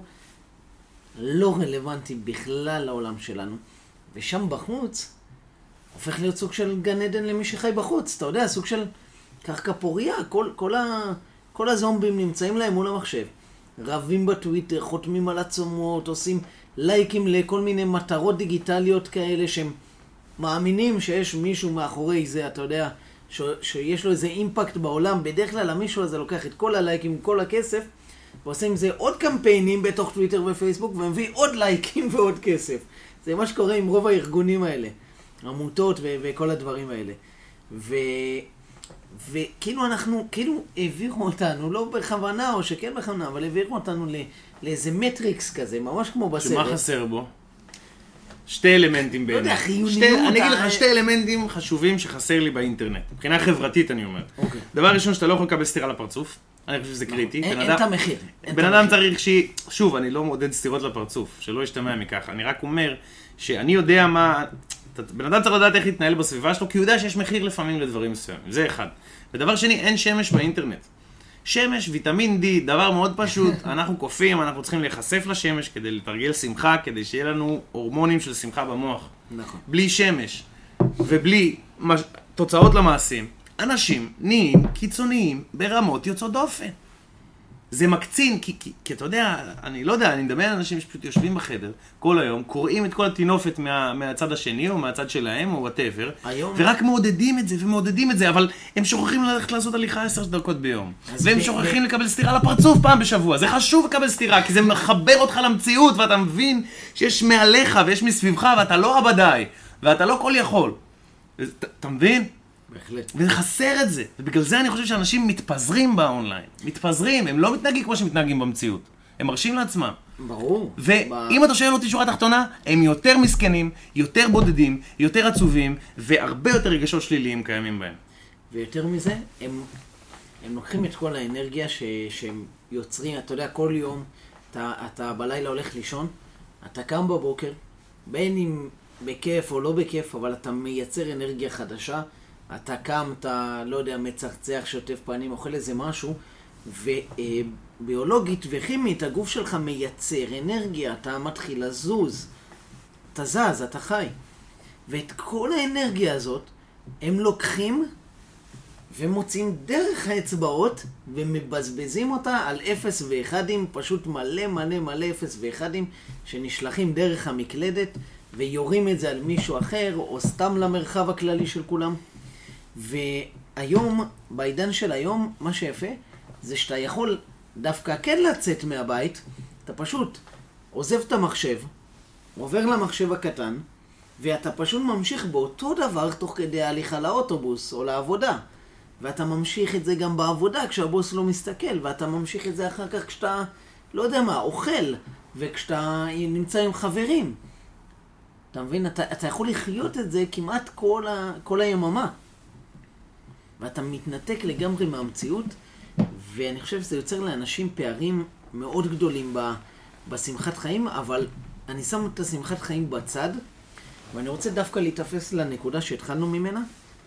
לא רלוונטי בכלל לעולם שלנו. ושם בחוץ הופך להיות סוג של גן עדן למי שחי בחוץ. אתה יודע, סוג של קרקע פוריה. כל, כל ה... כל הזומבים נמצאים להם מול המחשב, רבים בטוויטר, חותמים על עצומות, עושים לייקים לכל מיני מטרות דיגיטליות כאלה שהם מאמינים שיש מישהו מאחורי זה, אתה יודע, ש- שיש לו איזה אימפקט בעולם. בדרך כלל המישהו הזה לוקח את כל הלייקים, כל הכסף, ועושה עם זה עוד קמפיינים בתוך טוויטר ופייסבוק, ומביא עוד לייקים ועוד כסף. זה מה שקורה עם רוב הארגונים האלה, עמותות ו- וכל הדברים האלה. ו... וכאילו אנחנו, כאילו העבירו אותנו, לא בכוונה או שכן בכוונה, אבל העבירו אותנו לא, לאיזה מטריקס כזה, ממש כמו בסרט. שמה חסר בו? שתי אלמנטים בעיניי. לא יודע, חיוניות. שתי, אני אגיד לך, שתי אלמנטים חשובים שחסר לי באינטרנט. מבחינה חברתית אני אומר. אוקיי. דבר ראשון, שאתה לא יכול לקבל סתירה לפרצוף. אני חושב שזה קריטי. אין, אין את המחיר. בן אדם צריך ש... שוב, אני לא מעודד סתירות לפרצוף, שלא ישתמע מככה. אני רק אומר שאני יודע מה... בן אדם צריך לדעת איך להתנהל בסביבה שלו, כי הוא יודע שיש מחיר לפעמים לדברים מסוימים. זה אחד. ודבר שני, אין שמש באינטרנט. שמש, ויטמין D, דבר מאוד פשוט. אנחנו קופים, אנחנו צריכים להיחשף לשמש כדי לתרגל שמחה, כדי שיהיה לנו הורמונים של שמחה במוח. נכון. בלי שמש ובלי מש... תוצאות למעשים, אנשים נהיים קיצוניים ברמות יוצאות דופן. זה מקצין, כי, כי, כי אתה יודע, אני לא יודע, אני מדמיין אנשים שפשוט יושבים בחדר כל היום, קוראים את כל התינופת מה, מהצד השני או מהצד שלהם או whatever, היום... ורק מעודדים את זה ומעודדים את זה, אבל הם שוכחים ללכת לעשות הליכה עשר דקות ביום. והם ב- שוכחים ב- לקבל סתירה לפרצוף פעם בשבוע. זה חשוב לקבל סתירה, כי זה מחבר אותך למציאות, ואתה מבין שיש מעליך ויש מסביבך, ואתה לא עבדיי, ואתה לא כל יכול. אתה, אתה מבין? בהחלט. וחסר את זה. ובגלל זה אני חושב שאנשים מתפזרים באונליין. מתפזרים, הם לא מתנהגים כמו שמתנהגים במציאות. הם מרשים לעצמם. ברור. ואם אתה שואל אותי שורה תחתונה, הם יותר מסכנים, יותר בודדים, יותר עצובים, והרבה יותר רגשות שליליים קיימים בהם. ויותר מזה, הם, הם לוקחים את כל האנרגיה ש, שהם יוצרים. אתה יודע, כל יום אתה, אתה בלילה הולך לישון, אתה קם בבוקר, בין אם בכיף או לא בכיף, אבל אתה מייצר אנרגיה חדשה. אתה קם, אתה, לא יודע, מצחצח, שוטף פנים, אוכל איזה משהו, וביולוגית וכימית, הגוף שלך מייצר אנרגיה, אתה מתחיל לזוז, אתה זז, אתה חי. ואת כל האנרגיה הזאת, הם לוקחים ומוצאים דרך האצבעות, ומבזבזים אותה על אפס ואחדים, פשוט מלא מלא מלא אפס ואחדים, שנשלחים דרך המקלדת, ויורים את זה על מישהו אחר, או סתם למרחב הכללי של כולם. והיום, בעידן של היום, מה שיפה, זה שאתה יכול דווקא כן לצאת מהבית, אתה פשוט עוזב את המחשב, עובר למחשב הקטן, ואתה פשוט ממשיך באותו דבר תוך כדי ההליכה לאוטובוס או לעבודה. ואתה ממשיך את זה גם בעבודה כשהבוס לא מסתכל, ואתה ממשיך את זה אחר כך כשאתה, לא יודע מה, אוכל, וכשאתה נמצא עם חברים. אתה מבין? אתה, אתה יכול לחיות את זה כמעט כל, ה, כל היממה. ואתה מתנתק לגמרי מהמציאות, ואני חושב שזה יוצר לאנשים פערים מאוד גדולים ב, בשמחת חיים, אבל אני שם את השמחת חיים בצד, ואני רוצה דווקא להתאפס לנקודה שהתחלנו ממנה.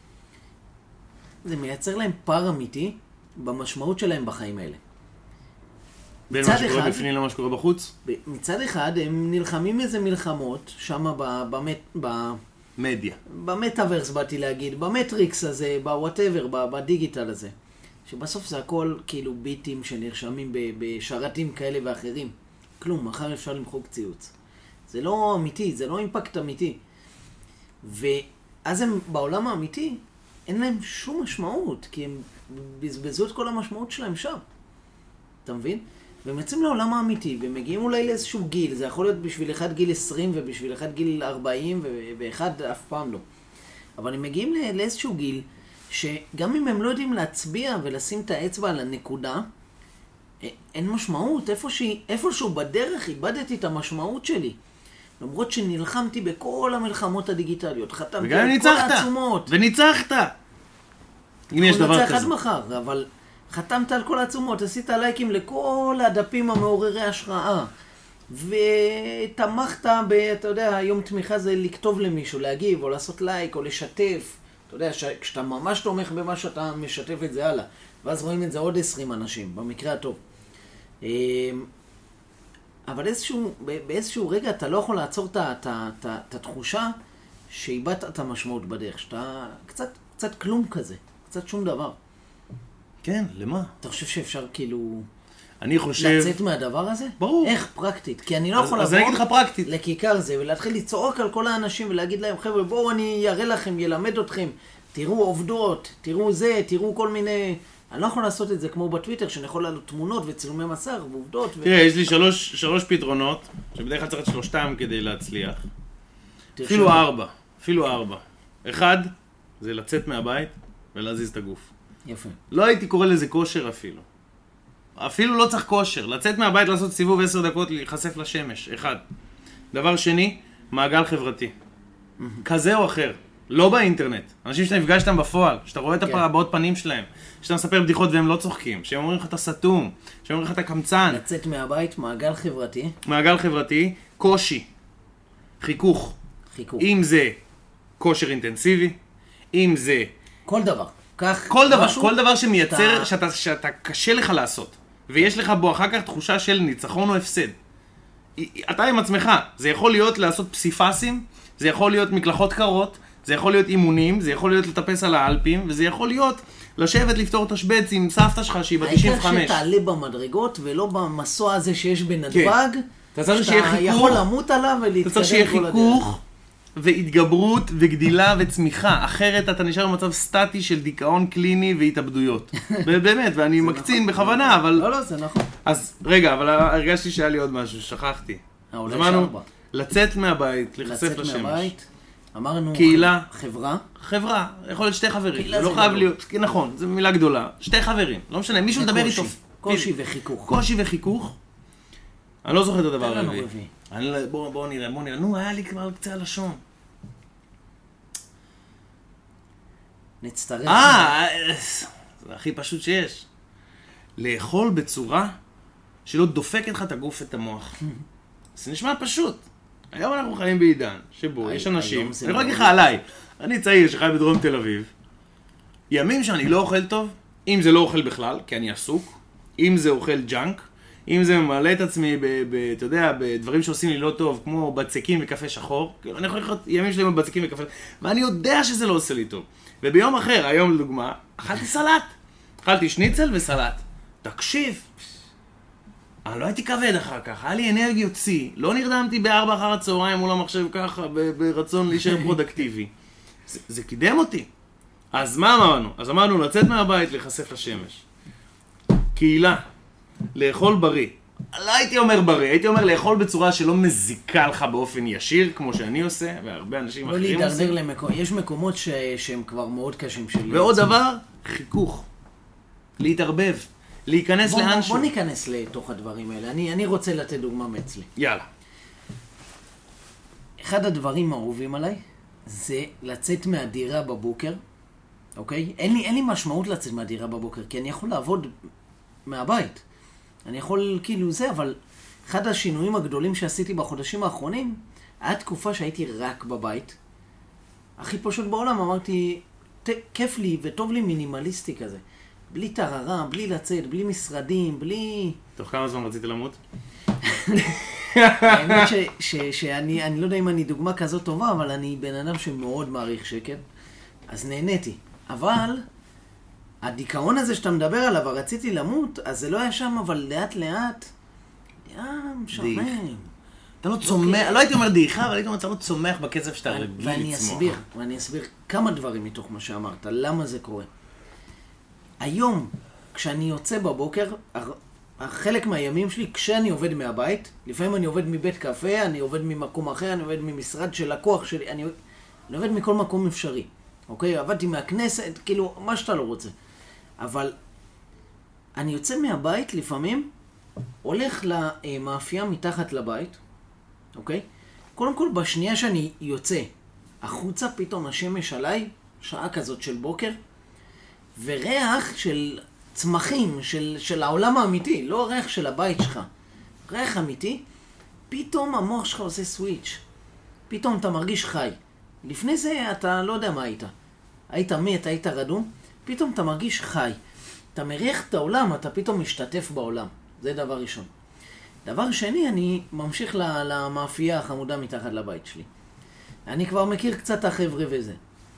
זה מייצר להם פער אמיתי במשמעות שלהם בחיים האלה. בין מה שקורה בפנים למה שקורה בחוץ? מצד אחד הם נלחמים איזה מלחמות, שם באמת, ב... מדיה. במטאברס באתי להגיד, במטריקס הזה, בוואטאבר, בדיגיטל הזה. שבסוף זה הכל כאילו ביטים שנרשמים בשרתים כאלה ואחרים. כלום, מחר אפשר למחוק ציוץ. זה לא אמיתי, זה לא אימפקט אמיתי. ואז הם בעולם האמיתי, אין להם שום משמעות, כי הם בזבזו את כל המשמעות שלהם שם. אתה מבין? והם יוצאים לעולם האמיתי, ומגיעים אולי לאיזשהו גיל, זה יכול להיות בשביל אחד גיל עשרים, ובשביל אחד גיל ארבעים, ובאחד אף פעם לא. אבל הם מגיעים לאיזשהו גיל, שגם אם הם לא יודעים להצביע ולשים את האצבע על הנקודה, אין משמעות. איפושהו, איפושהו בדרך איבדתי את המשמעות שלי. למרות שנלחמתי בכל המלחמות הדיגיטליות, חתמתי על כל העצומות. וניצחת! אם יש דבר כזה. עד מחר, אבל חתמת על כל העצומות, עשית לייקים לכל הדפים המעוררי השראה, ותמכת ב, אתה יודע, היום תמיכה זה לכתוב למישהו, להגיב, או לעשות לייק, או לשתף. אתה יודע, כשאתה ממש תומך במה שאתה משתף את זה הלאה, ואז רואים את זה עוד עשרים אנשים, במקרה הטוב. אבל איזשהו, באיזשהו רגע אתה לא יכול לעצור את התחושה שאיבדת את המשמעות בדרך, שאתה קצת, קצת כלום כזה, קצת שום דבר. כן, למה? אתה חושב שאפשר כאילו... אני חושב... לצאת מהדבר הזה? ברור. איך פרקטית? כי אני לא אז- יכול אז אני לבוא אגיד לך פרקטית. לכיכר זה ולהתחיל לצעוק על כל האנשים ולהגיד להם, חבר'ה, בואו אני אראה לכם, ילמד אתכם, תראו עובדות, תראו זה, תראו כל מיני... אני לא יכול לעשות את זה כמו בטוויטר, שאני יכול לעלות תמונות וצילומי מסך ועובדות. ו... תראה, יש לי שלוש, שלוש פתרונות, שבדרך כלל צריך את שלושתם כדי להצליח. תרשום. אפילו ארבע, אפילו ארבע. אחד, זה לצאת מהבית ולהזיז את הגוף. יפה. לא הייתי קורא לזה כושר אפילו. אפילו לא צריך כושר. לצאת מהבית, לעשות סיבוב עשר דקות, להיחשף לשמש. אחד. דבר שני, מעגל חברתי. כזה או אחר. לא באינטרנט. אנשים שאתה נפגש איתם בפועל, שאתה רואה את כן. הבעות פנים שלהם, שאתה מספר בדיחות והם לא צוחקים, שהם אומרים לך אתה סתום, שהם אומרים לך אתה קמצן. לצאת מהבית, מעגל חברתי, מעגל חברתי, קושי, חיכוך. חיכוך. אם זה כושר אינטנסיבי, אם זה כל דבר. כך כל דבר, משהו כל דבר שמייצר, שאתה- שאתה, שאתה קשה לך לעשות, ויש לך בו אחר כך תחושה של ניצחון או הפסד. אתה עם עצמך, זה יכול להיות לעשות פסיפסים, זה יכול להיות מקלחות קרות, זה יכול להיות אימונים, זה יכול להיות לטפס על האלפים, וזה יכול להיות לשבת לפתור תשבץ עם סבתא שלך שהיא בת תשעים וחמש. העיקר שתעלה במדרגות ולא במסוע הזה שיש בנתב"ג, אתה צריך שיהיה שאתה חיכוך. יכול למות עליו אתה צריך ולהתקדם שיהיה כל הדרך. חיכוך והתגברות וגדילה וצמיחה, אחרת אתה נשאר במצב סטטי של דיכאון קליני והתאבדויות. באמת, ואני מקצין בכוונה, אבל... לא, לא, זה נכון. אז רגע, אבל הרגשתי שהיה לי עוד משהו, שכחתי. אה, אולי אז אמרנו, שארבע. לצאת מהבית, להיחשף לצאת לשמש. מהבית, אמרנו קהילה. חברה, חברה, יכול להיות שתי חברים, קהילה זה לא זה חייב גדול. להיות, נכון, זו מילה גדולה. שתי חברים, לא משנה, מישהו לדבר וקושי. איתו. קושי וחיכוך. קושי וחיכוך. אני לא זוכר את הדבר תן לנו הרביעי. רביעי. אני לא- בוא בוא נראה, בוא נראה. נו, היה לי כבר על קצה הלשון. נצטרך. אה, זה הכי פשוט שיש. לאכול בצורה שלא דופקת לך את הגוף ואת המוח. זה נשמע פשוט. היום אנחנו חיים בעידן שבו הי- יש אנשים, היום זה אני יכול להגיד לך מאוד. עליי, אני צעיר שחי בדרום תל אביב, ימים שאני לא אוכל טוב, אם זה לא אוכל בכלל, כי אני עסוק, אם זה אוכל ג'אנק, אם זה ממלא את עצמי, ב, ב, אתה יודע, בדברים שעושים לי לא טוב, כמו בצקים וקפה שחור, כאילו, אני יכול לחיות ימים שלהם בבצקים וקפה, ואני יודע שזה לא עושה לי טוב. וביום אחר, היום לדוגמה, אכלתי סלט. אכלתי שניצל וסלט. תקשיב, אני לא הייתי כבד אחר כך, היה לי אנרגיות צי, לא נרדמתי בארבע אחר הצהריים מול המחשב ככה, ב- ברצון להישאר פרודקטיבי. זה, זה קידם אותי. אז מה אמרנו? אז אמרנו לצאת מהבית, להיחשף לשמש. קהילה, לאכול בריא. לא הייתי אומר בריא, הייתי אומר לאכול בצורה שלא מזיקה לך באופן ישיר, כמו שאני עושה, והרבה אנשים לא אחרים להידרדר עושים. למקומות, יש מקומות ש... שהם כבר מאוד קשים של... ועוד דבר, חיכוך. להתערבב. להיכנס בוא, לאנשהו. בוא ניכנס לתוך הדברים האלה. אני, אני רוצה לתת דוגמה מאצלי. יאללה. אחד הדברים האהובים עליי זה לצאת מהדירה בבוקר, אוקיי? אין לי, אין לי משמעות לצאת מהדירה בבוקר, כי אני יכול לעבוד מהבית. אני יכול כאילו זה, אבל אחד השינויים הגדולים שעשיתי בחודשים האחרונים, היה תקופה שהייתי רק בבית. הכי פשוט בעולם, אמרתי, ת, כיף לי וטוב לי מינימליסטי כזה. בלי טררה, בלי לצאת, בלי משרדים, בלי... תוך כמה זמן רציתי למות? האמת ש, ש, שאני אני לא יודע אם אני דוגמה כזאת טובה, אבל אני בן אדם שמאוד מעריך שקט, אז נהניתי. אבל הדיכאון הזה שאתה מדבר עליו, רציתי למות, אז זה לא היה שם, אבל לאט לאט, היה משעמם. אתה לא צומח, לא הייתי אומר דעיכה, אבל הייתי אומר, אתה לא צומח בקצב שאתה רגיל לצמוח. ואני אסביר, ואני אסביר כמה דברים מתוך מה שאמרת, למה זה קורה. היום, כשאני יוצא בבוקר, חלק מהימים שלי, כשאני עובד מהבית, לפעמים אני עובד מבית קפה, אני עובד ממקום אחר, אני עובד ממשרד של לקוח שלי, אני, אני עובד מכל מקום אפשרי, אוקיי? עבדתי מהכנסת, כאילו, מה שאתה לא רוצה. אבל אני יוצא מהבית לפעמים, הולך למאפייה מתחת לבית, אוקיי? קודם כל, בשנייה שאני יוצא החוצה, פתאום השמש עליי, שעה כזאת של בוקר, וריח של צמחים, של, של העולם האמיתי, לא ריח של הבית שלך, ריח אמיתי, פתאום המוח שלך עושה סוויץ'. פתאום אתה מרגיש חי. לפני זה אתה לא יודע מה היית. היית מת, היית רדום, פתאום אתה מרגיש חי. אתה מריח את העולם, אתה פתאום משתתף בעולם. זה דבר ראשון. דבר שני, אני ממשיך למאפייה החמודה מתחת לבית שלי. אני כבר מכיר קצת החבר'ה וזה.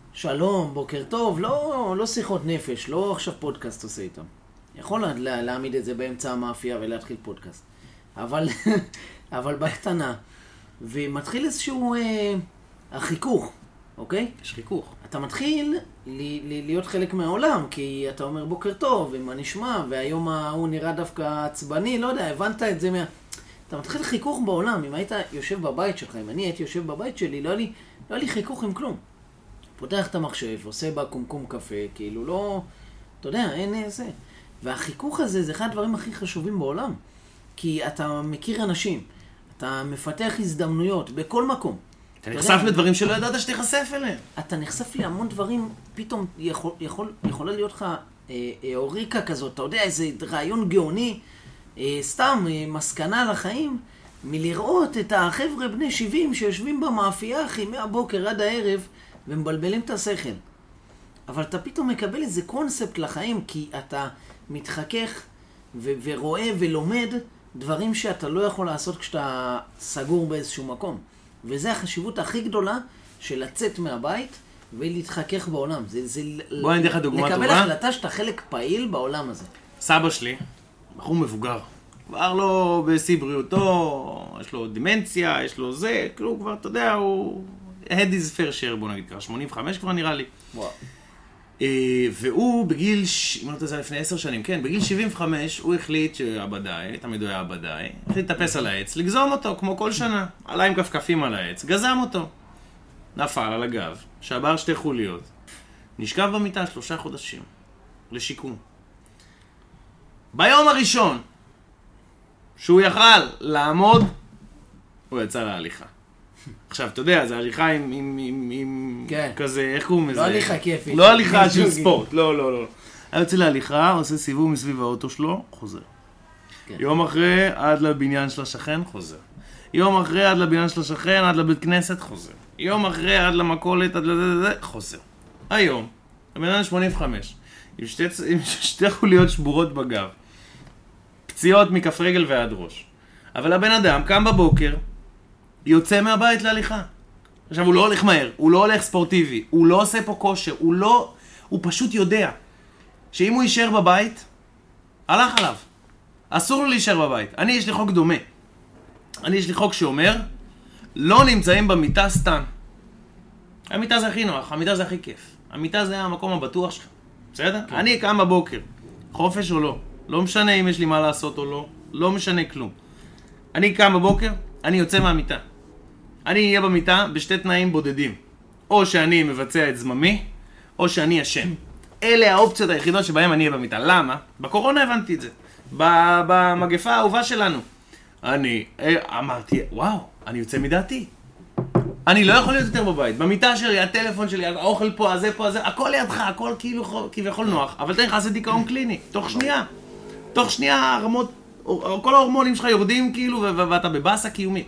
שלום, בוקר טוב, לא, לא שיחות נפש, לא עכשיו פודקאסט עושה איתם. יכול לה, להעמיד את זה באמצע המאפיה ולהתחיל פודקאסט. אבל, אבל בקטנה. ומתחיל איזשהו אה, החיכוך, אוקיי? יש חיכוך. אתה מתחיל לי, לי, להיות חלק מהעולם, כי אתה אומר בוקר טוב, ומה נשמע, והיום הוא נראה דווקא עצבני, לא יודע, הבנת את זה מה... אתה מתחיל חיכוך בעולם, אם היית יושב בבית שלך, אם אני הייתי יושב בבית שלי, לא היה לי, לא היה לי חיכוך עם כלום. פותח את המחשב, עושה בה קומקום קפה, כאילו לא... אתה יודע, אין איזה... והחיכוך הזה זה אחד הדברים הכי חשובים בעולם. כי אתה מכיר אנשים, אתה מפתח הזדמנויות בכל מקום. אתה נחשף לדברים שלא ידעת שתיחשף אליהם. אתה נחשף להמון דברים, פתאום יכול, יכול, יכולה להיות לך אה, אה, אוריקה כזאת, אתה יודע, איזה רעיון גאוני, אה, סתם אה, מסקנה לחיים, מלראות את החבר'ה בני שבעים שיושבים במאפייה אחי מהבוקר עד הערב, ומבלבלים את השכל. אבל אתה פתאום מקבל איזה קונספט לחיים, כי אתה מתחכך ו- ורואה ולומד דברים שאתה לא יכול לעשות כשאתה סגור באיזשהו מקום. וזה החשיבות הכי גדולה של לצאת מהבית ולהתחכך בעולם. זה, זה בוא אני אתן לך דוגמה טובה. לקבל החלטה שאתה חלק פעיל בעולם הזה. סבא שלי, בחור מבוגר, כבר לא בשיא בריאותו, יש לו דימנציה, יש לו זה, כאילו כבר, אתה יודע, הוא... had his fair share, בוא נגיד ככה, שמונים וחמש כבר נראה לי. וואו. והוא בגיל, אם אני לא יודע, לפני עשר שנים, כן, בגיל שבעים וחמש הוא החליט שהבדאי, תמיד הוא היה הבדאי, החליט לטפס על העץ, לגזום אותו כמו כל שנה, עלה עם כפכפים על העץ, גזם אותו, נפל על הגב, שבר שתי חוליות, נשכב במיטה שלושה חודשים, לשיקום. ביום הראשון שהוא יכל לעמוד, הוא יצא להליכה. עכשיו, אתה יודע, זה הליכה עם, עם, עם, עם כן. כזה, איך קוראים לזה? לא הליכה כיפית. לא הליכה של ספורט, לא, לא, לא. היה יוצא להליכה, עושה סיבוב מסביב האוטו שלו, חוזר. כן. יום אחרי, עד לבניין של השכן, חוזר. יום אחרי, עד לבניין של השכן, עד לבית כנסת, חוזר. יום אחרי, עד למכולת, עד לזה, חוזר. היום, הבן אדם שמונים וחמש, עם שתי, עם שתי חוליות שבורות בגב, פציעות מכף רגל ועד ראש. אבל הבן אדם קם בבוקר, יוצא מהבית להליכה. עכשיו, הוא לא הולך מהר, הוא לא הולך ספורטיבי, הוא לא עושה פה כושר, הוא לא... הוא פשוט יודע שאם הוא יישאר בבית, הלך עליו. אסור לו להישאר בבית. אני, יש לי חוק דומה. אני, יש לי חוק שאומר, לא נמצאים במיטה סתם. המיטה זה הכי נוח, המיטה זה הכי כיף. המיטה זה המקום הבטוח שלך. בסדר? כן. אני קם בבוקר, חופש או לא. לא משנה אם יש לי מה לעשות או לא. לא משנה כלום. אני קם בבוקר, אני יוצא מהמיטה. אני אהיה במיטה בשתי תנאים בודדים. או שאני מבצע את זממי, או שאני ישן. אלה האופציות היחידות שבהם אני אהיה במיטה. למה? בקורונה הבנתי את זה. במגפה האהובה שלנו. אני אמרתי, וואו, אני יוצא מדעתי. אני לא יכול להיות יותר בבית. במיטה שלי, הטלפון שלי, האוכל פה, הזה פה, הזה, הכל לידך, הכל כאילו כביכול נוח. אבל אתה נכנס לדיכאון קליני, תוך שנייה. תוך שנייה הרמות, כל ההורמונים שלך יורדים כאילו, ואתה בבאסה קיומית.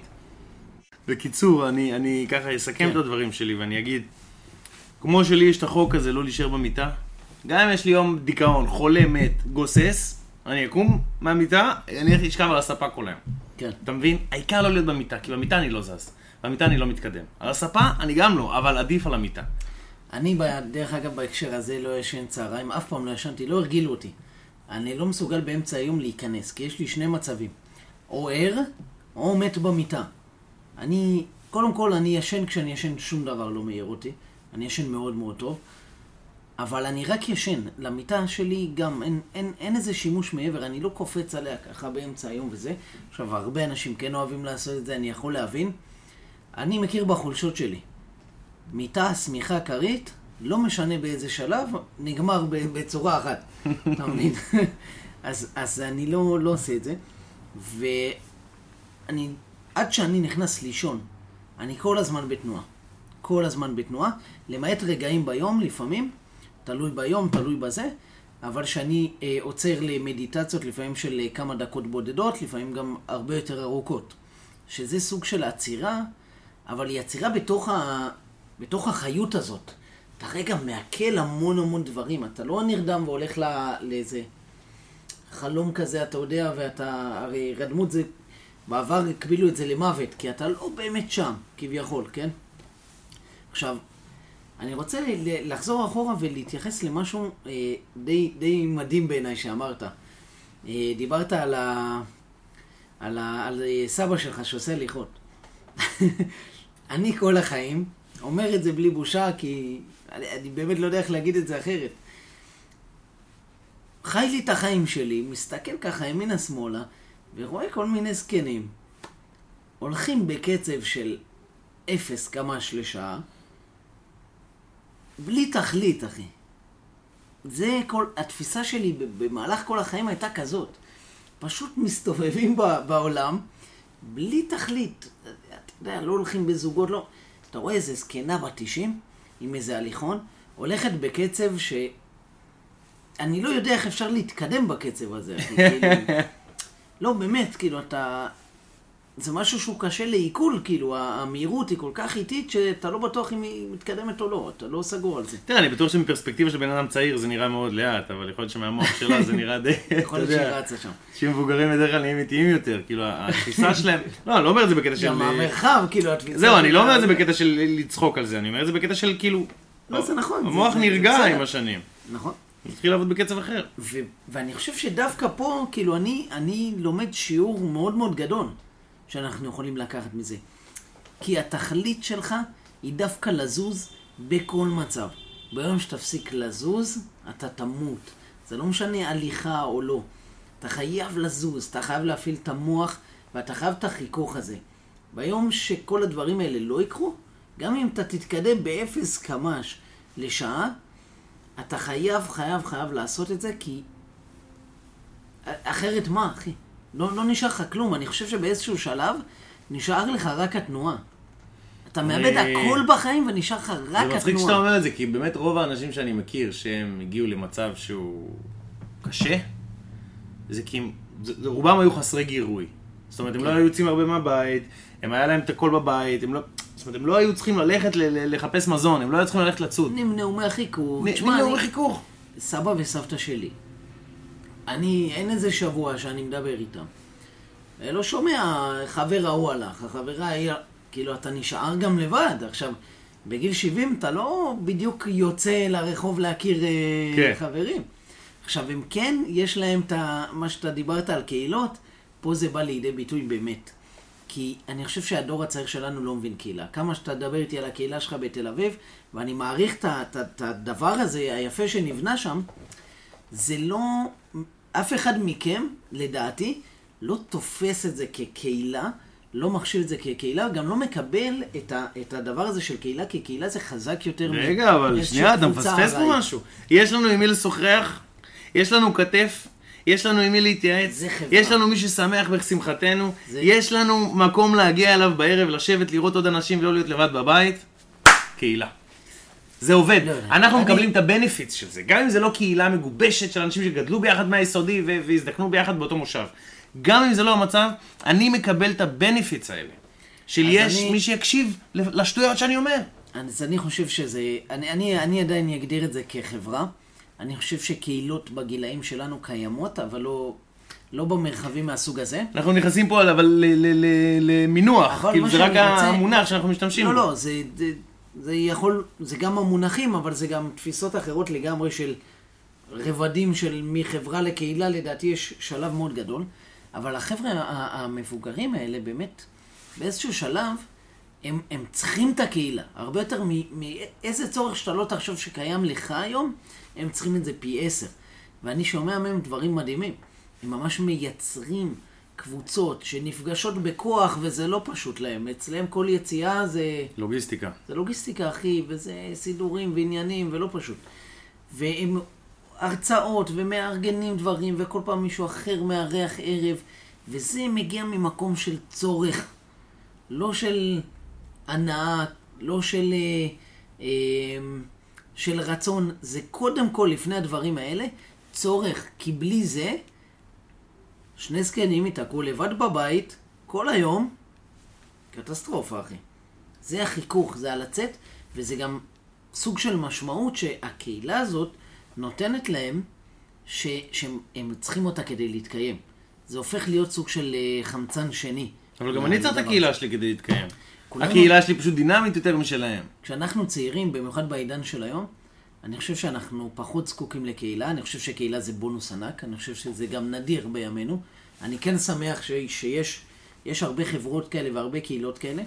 בקיצור, אני, אני ככה אסכם את הדברים שלי ואני אגיד, כמו שלי יש את החוק הזה לא להישאר במיטה, גם אם יש לי יום דיכאון, חולה, מת, גוסס, אני אקום מהמיטה, אני אשכב על הספה כל היום. כן. אתה מבין? העיקר לא להיות במיטה, כי במיטה אני לא זז, במיטה אני לא מתקדם. על הספה אני גם לא, אבל עדיף על המיטה. אני, דרך אגב, בהקשר הזה לא ישן צהריים, אף פעם לא ישנתי, לא הרגילו אותי. אני לא מסוגל באמצע היום להיכנס, כי יש לי שני מצבים. או ער, או מת במיטה. אני, קודם כל, אני ישן כשאני ישן, שום דבר לא מעיר אותי. אני ישן מאוד מאוד טוב. אבל אני רק ישן. למיטה שלי גם אין, אין, אין איזה שימוש מעבר. אני לא קופץ עליה ככה באמצע היום וזה. עכשיו, הרבה אנשים כן אוהבים לעשות את זה, אני יכול להבין. אני מכיר בחולשות שלי. מיטה, סמיכה, קרית, לא משנה באיזה שלב, נגמר בצורה אחת. אתה מבין? אז, אז אני לא, לא עושה את זה. ואני... עד שאני נכנס לישון, אני כל הזמן בתנועה. כל הזמן בתנועה, למעט רגעים ביום לפעמים, תלוי ביום, תלוי בזה, אבל שאני אה, עוצר למדיטציות לפעמים של אה, כמה דקות בודדות, לפעמים גם הרבה יותר ארוכות. שזה סוג של עצירה, אבל היא עצירה בתוך, ה... בתוך החיות הזאת. אתה רגע מעכל המון המון דברים, אתה לא נרדם והולך לא... לאיזה חלום כזה, אתה יודע, ואתה, הרי רדמות זה... בעבר הקבילו את זה למוות, כי אתה לא באמת שם, כביכול, כן? עכשיו, אני רוצה לחזור אחורה ולהתייחס למשהו אה, די, די מדהים בעיניי שאמרת. אה, דיברת על, ה, על, ה, על סבא שלך שעושה הליכות. אני כל החיים אומר את זה בלי בושה, כי אני, אני באמת לא יודע איך להגיד את זה אחרת. חי לי את החיים שלי, מסתכל ככה ימינה שמאלה, ורואה כל מיני זקנים. הולכים בקצב של אפס קמ"ש לשעה, בלי תכלית, אחי. זה כל, התפיסה שלי במהלך כל החיים הייתה כזאת. פשוט מסתובבים בעולם, בלי תכלית. אתה יודע, לא הולכים בזוגות, לא. אתה רואה איזה זקנה בת תשעים, עם איזה הליכון, הולכת בקצב ש... אני לא יודע איך אפשר להתקדם בקצב הזה, אחי. כאילו... לא, באמת, כאילו, אתה... זה משהו שהוא קשה לעיכול, כאילו, המהירות היא כל כך איטית שאתה לא בטוח אם היא מתקדמת או לא, אתה לא סגור על זה. תראה, אני בטוח שמפרספקטיבה של בן אדם צעיר זה נראה מאוד לאט, אבל יכול להיות שמהמוח שלה זה נראה די... יכול להיות שהיא רצה שם. שמבוגרים בדרך כלל נהיים איטיים יותר, כאילו, התפיסה שלהם... לא, אני לא אומר את זה בקטע של... גם המרחב, כאילו, התפיסה... זהו, אני לא אומר את זה בקטע של לצחוק על זה, אני אומר את זה בקטע של, כאילו... לא, זה נכון. המוח נרגע עם השנים. נכון. הוא התחיל לעבוד בקצב אחר. ואני חושב שדווקא פה, כאילו, אני לומד שיעור מאוד מאוד גדול. שאנחנו יכולים לקחת מזה. כי התכלית שלך היא דווקא לזוז בכל מצב. ביום שתפסיק לזוז, אתה תמות. זה לא משנה הליכה או לא. אתה חייב לזוז, אתה חייב להפעיל את המוח, ואתה חייב את החיכוך הזה. ביום שכל הדברים האלה לא יקרו, גם אם אתה תתקדם באפס קמ"ש לשעה, אתה חייב, חייב, חייב לעשות את זה, כי... אחרת מה, אחי? לא, לא נשאר לך כלום. אני חושב שבאיזשהו שלב נשאר לך רק התנועה. אתה מאבד הכל בחיים ונשאר לך רק התנועה. זה מצחיק שאתה אומר את זה, כי באמת רוב האנשים שאני מכיר שהם הגיעו למצב שהוא קשה, זה כי רובם היו חסרי גירוי. זאת אומרת, הם לא היו יוצאים הרבה מהבית, הם היה להם את הכל בבית, הם לא... זאת אומרת, הם לא היו צריכים ללכת לחפש מזון, הם לא היו צריכים ללכת לצוד. נמנעו מהחיכוך. נמנעו מהחיכוך. סבא וסבתא שלי. אני, אין איזה שבוע שאני מדבר איתם. לא שומע, חבר ההוא הלך, החברה היא, כאילו, אתה נשאר גם לבד. עכשיו, בגיל שבעים אתה לא בדיוק יוצא לרחוב להכיר כן. חברים. עכשיו, הם כן, יש להם את מה שאתה דיברת על קהילות, פה זה בא לידי ביטוי באמת. כי אני חושב שהדור הצעיר שלנו לא מבין קהילה. כמה שאתה דבר איתי על הקהילה שלך בתל אביב, ואני מעריך את הדבר הזה היפה שנבנה שם, זה לא... אף אחד מכם, לדעתי, לא תופס את זה כקהילה, לא מחשיב את זה כקהילה, גם לא מקבל את, ה, את הדבר הזה של קהילה, כי קהילה זה חזק יותר... רגע, אבל שנייה, אתה מפספס פה משהו. יש לנו עם מי לשוחח, יש לנו כתף, יש לנו עם מי להתייעץ, יש לנו מי ששמח בשמחתנו, זה... יש לנו מקום להגיע אליו בערב, לשבת, לראות עוד אנשים ולא להיות לבד בבית. קהילה. זה עובד. לא, אנחנו אני... מקבלים את הבנפיץ של זה. גם אם זה לא קהילה מגובשת של אנשים שגדלו ביחד מהיסודי ו- והזדקנו ביחד באותו מושב. גם אם זה לא המצב, אני מקבל את הבנפיץ האלה. של יש אני... מי שיקשיב לשטויות שאני אומר. אז אני חושב שזה... אני, אני, אני עדיין אגדיר את זה כחברה. אני חושב שקהילות בגילאים שלנו קיימות, אבל לא, לא במרחבים מהסוג הזה. אנחנו נכנסים פה אבל למינוח. כאילו זה רק המונח שאנחנו משתמשים בו. לא, לא, זה... זה יכול, זה גם המונחים, אבל זה גם תפיסות אחרות לגמרי של רבדים של מחברה לקהילה, לדעתי יש שלב מאוד גדול. אבל החבר'ה המבוגרים האלה באמת, באיזשהו שלב, הם, הם צריכים את הקהילה. הרבה יותר מאיזה צורך שאתה לא תחשוב שקיים לך היום, הם צריכים את זה פי עשר. ואני שומע מהם דברים מדהימים. הם ממש מייצרים קבוצות שנפגשות בכוח, וזה לא פשוט להם. אצלם כל יציאה זה... לוגיסטיקה. זה לוגיסטיקה, אחי, וזה סידורים ועניינים, ולא פשוט. והם הרצאות ומארגנים דברים, וכל פעם מישהו אחר מארח ערב, וזה מגיע ממקום של צורך. לא של הנאה, לא של, אה, של רצון. זה קודם כל, לפני הדברים האלה, צורך. כי בלי זה... שני זקנים יתעקו לבד בבית, כל היום, קטסטרופה, אחי. זה החיכוך, זה הלצאת, וזה גם סוג של משמעות שהקהילה הזאת נותנת להם, ש... שהם צריכים אותה כדי להתקיים. זה הופך להיות סוג של חמצן שני. אבל גם אני צריך את הקהילה שלי כדי להתקיים. הקהילה שלי פשוט דינמית יותר משלהם. כשאנחנו צעירים, במיוחד בעידן של היום, אני חושב שאנחנו פחות זקוקים לקהילה, אני חושב שקהילה זה בונוס ענק, אני חושב שזה גם נדיר בימינו. אני כן שמח ש, שיש יש הרבה חברות כאלה והרבה קהילות כאלה.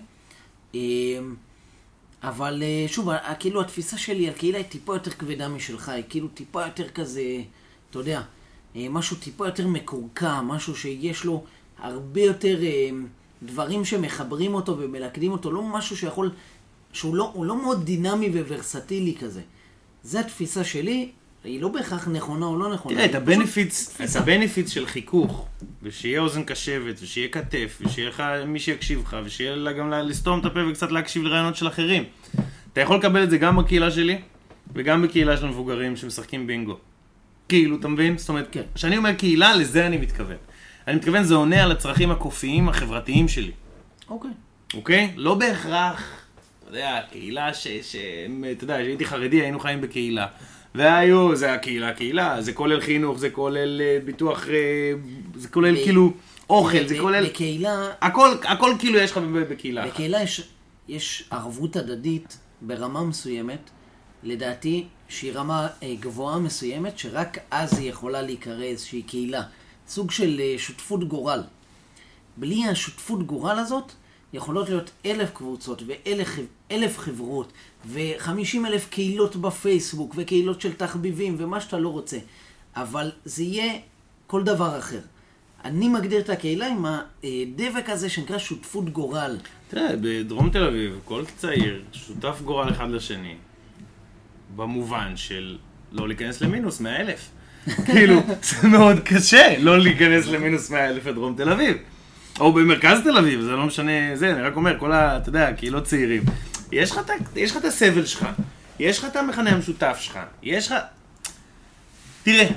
אבל שוב, כאילו התפיסה שלי על קהילה היא טיפה יותר כבדה משלך, היא כאילו טיפה יותר כזה, אתה יודע, משהו טיפה יותר מקורקע, משהו שיש לו הרבה יותר דברים שמחברים אותו ומלכדים אותו, לא משהו שיכול, שהוא לא, הוא לא מאוד דינמי וורסטילי כזה. זה התפיסה שלי, היא לא בהכרח נכונה או לא נכונה. תראה, את הבנפיץ, את הבנפיץ של חיכוך, ושיהיה אוזן קשבת, ושיהיה כתף, ושיהיה לך מי שיקשיב לך, ושיהיה לה גם לסתום את הפה וקצת להקשיב לרעיונות של אחרים. אתה יכול לקבל את זה גם בקהילה שלי, וגם בקהילה של מבוגרים שמשחקים בינגו. כאילו, אתה מבין? זאת אומרת, כשאני אומר קהילה, לזה אני מתכוון. אני מתכוון, זה עונה על הצרכים הקופיים החברתיים שלי. אוקיי. אוקיי? לא בהכרח, אתה יודע, קהילה ש... ש... אתה יודע, כשהייתי חרדי, היינו חיים בקהילה. והיו, זה הקהילה, קהילה, זה כולל חינוך, זה כולל ביטוח, זה כולל כאילו אוכל, זה כולל... בקהילה... הכל, הכל כאילו יש לך בקהילה. בקהילה יש, יש ערבות הדדית ברמה מסוימת, לדעתי שהיא רמה גבוהה מסוימת, שרק אז היא יכולה להיקרא איזושהי קהילה. סוג של שותפות גורל. בלי השותפות גורל הזאת, יכולות להיות אלף קבוצות ואלף חברות וחמישים אלף קהילות בפייסבוק וקהילות של תחביבים ומה שאתה לא רוצה. אבל זה יהיה כל דבר אחר. אני מגדיר את הקהילה עם הדבק הזה שנקרא שותפות גורל. תראה, בדרום תל אביב, כל צעיר שותף גורל אחד לשני. במובן של לא להיכנס למינוס מאה אלף. כאילו, זה מאוד קשה לא להיכנס למינוס מאה אלף בדרום תל אביב. או במרכז תל אביב, זה לא משנה, זה, אני רק אומר, כל ה, אתה יודע, קהילות צעירים. יש לך, יש לך את הסבל שלך, יש לך את המכנה המשותף שלך, יש לך... תראה,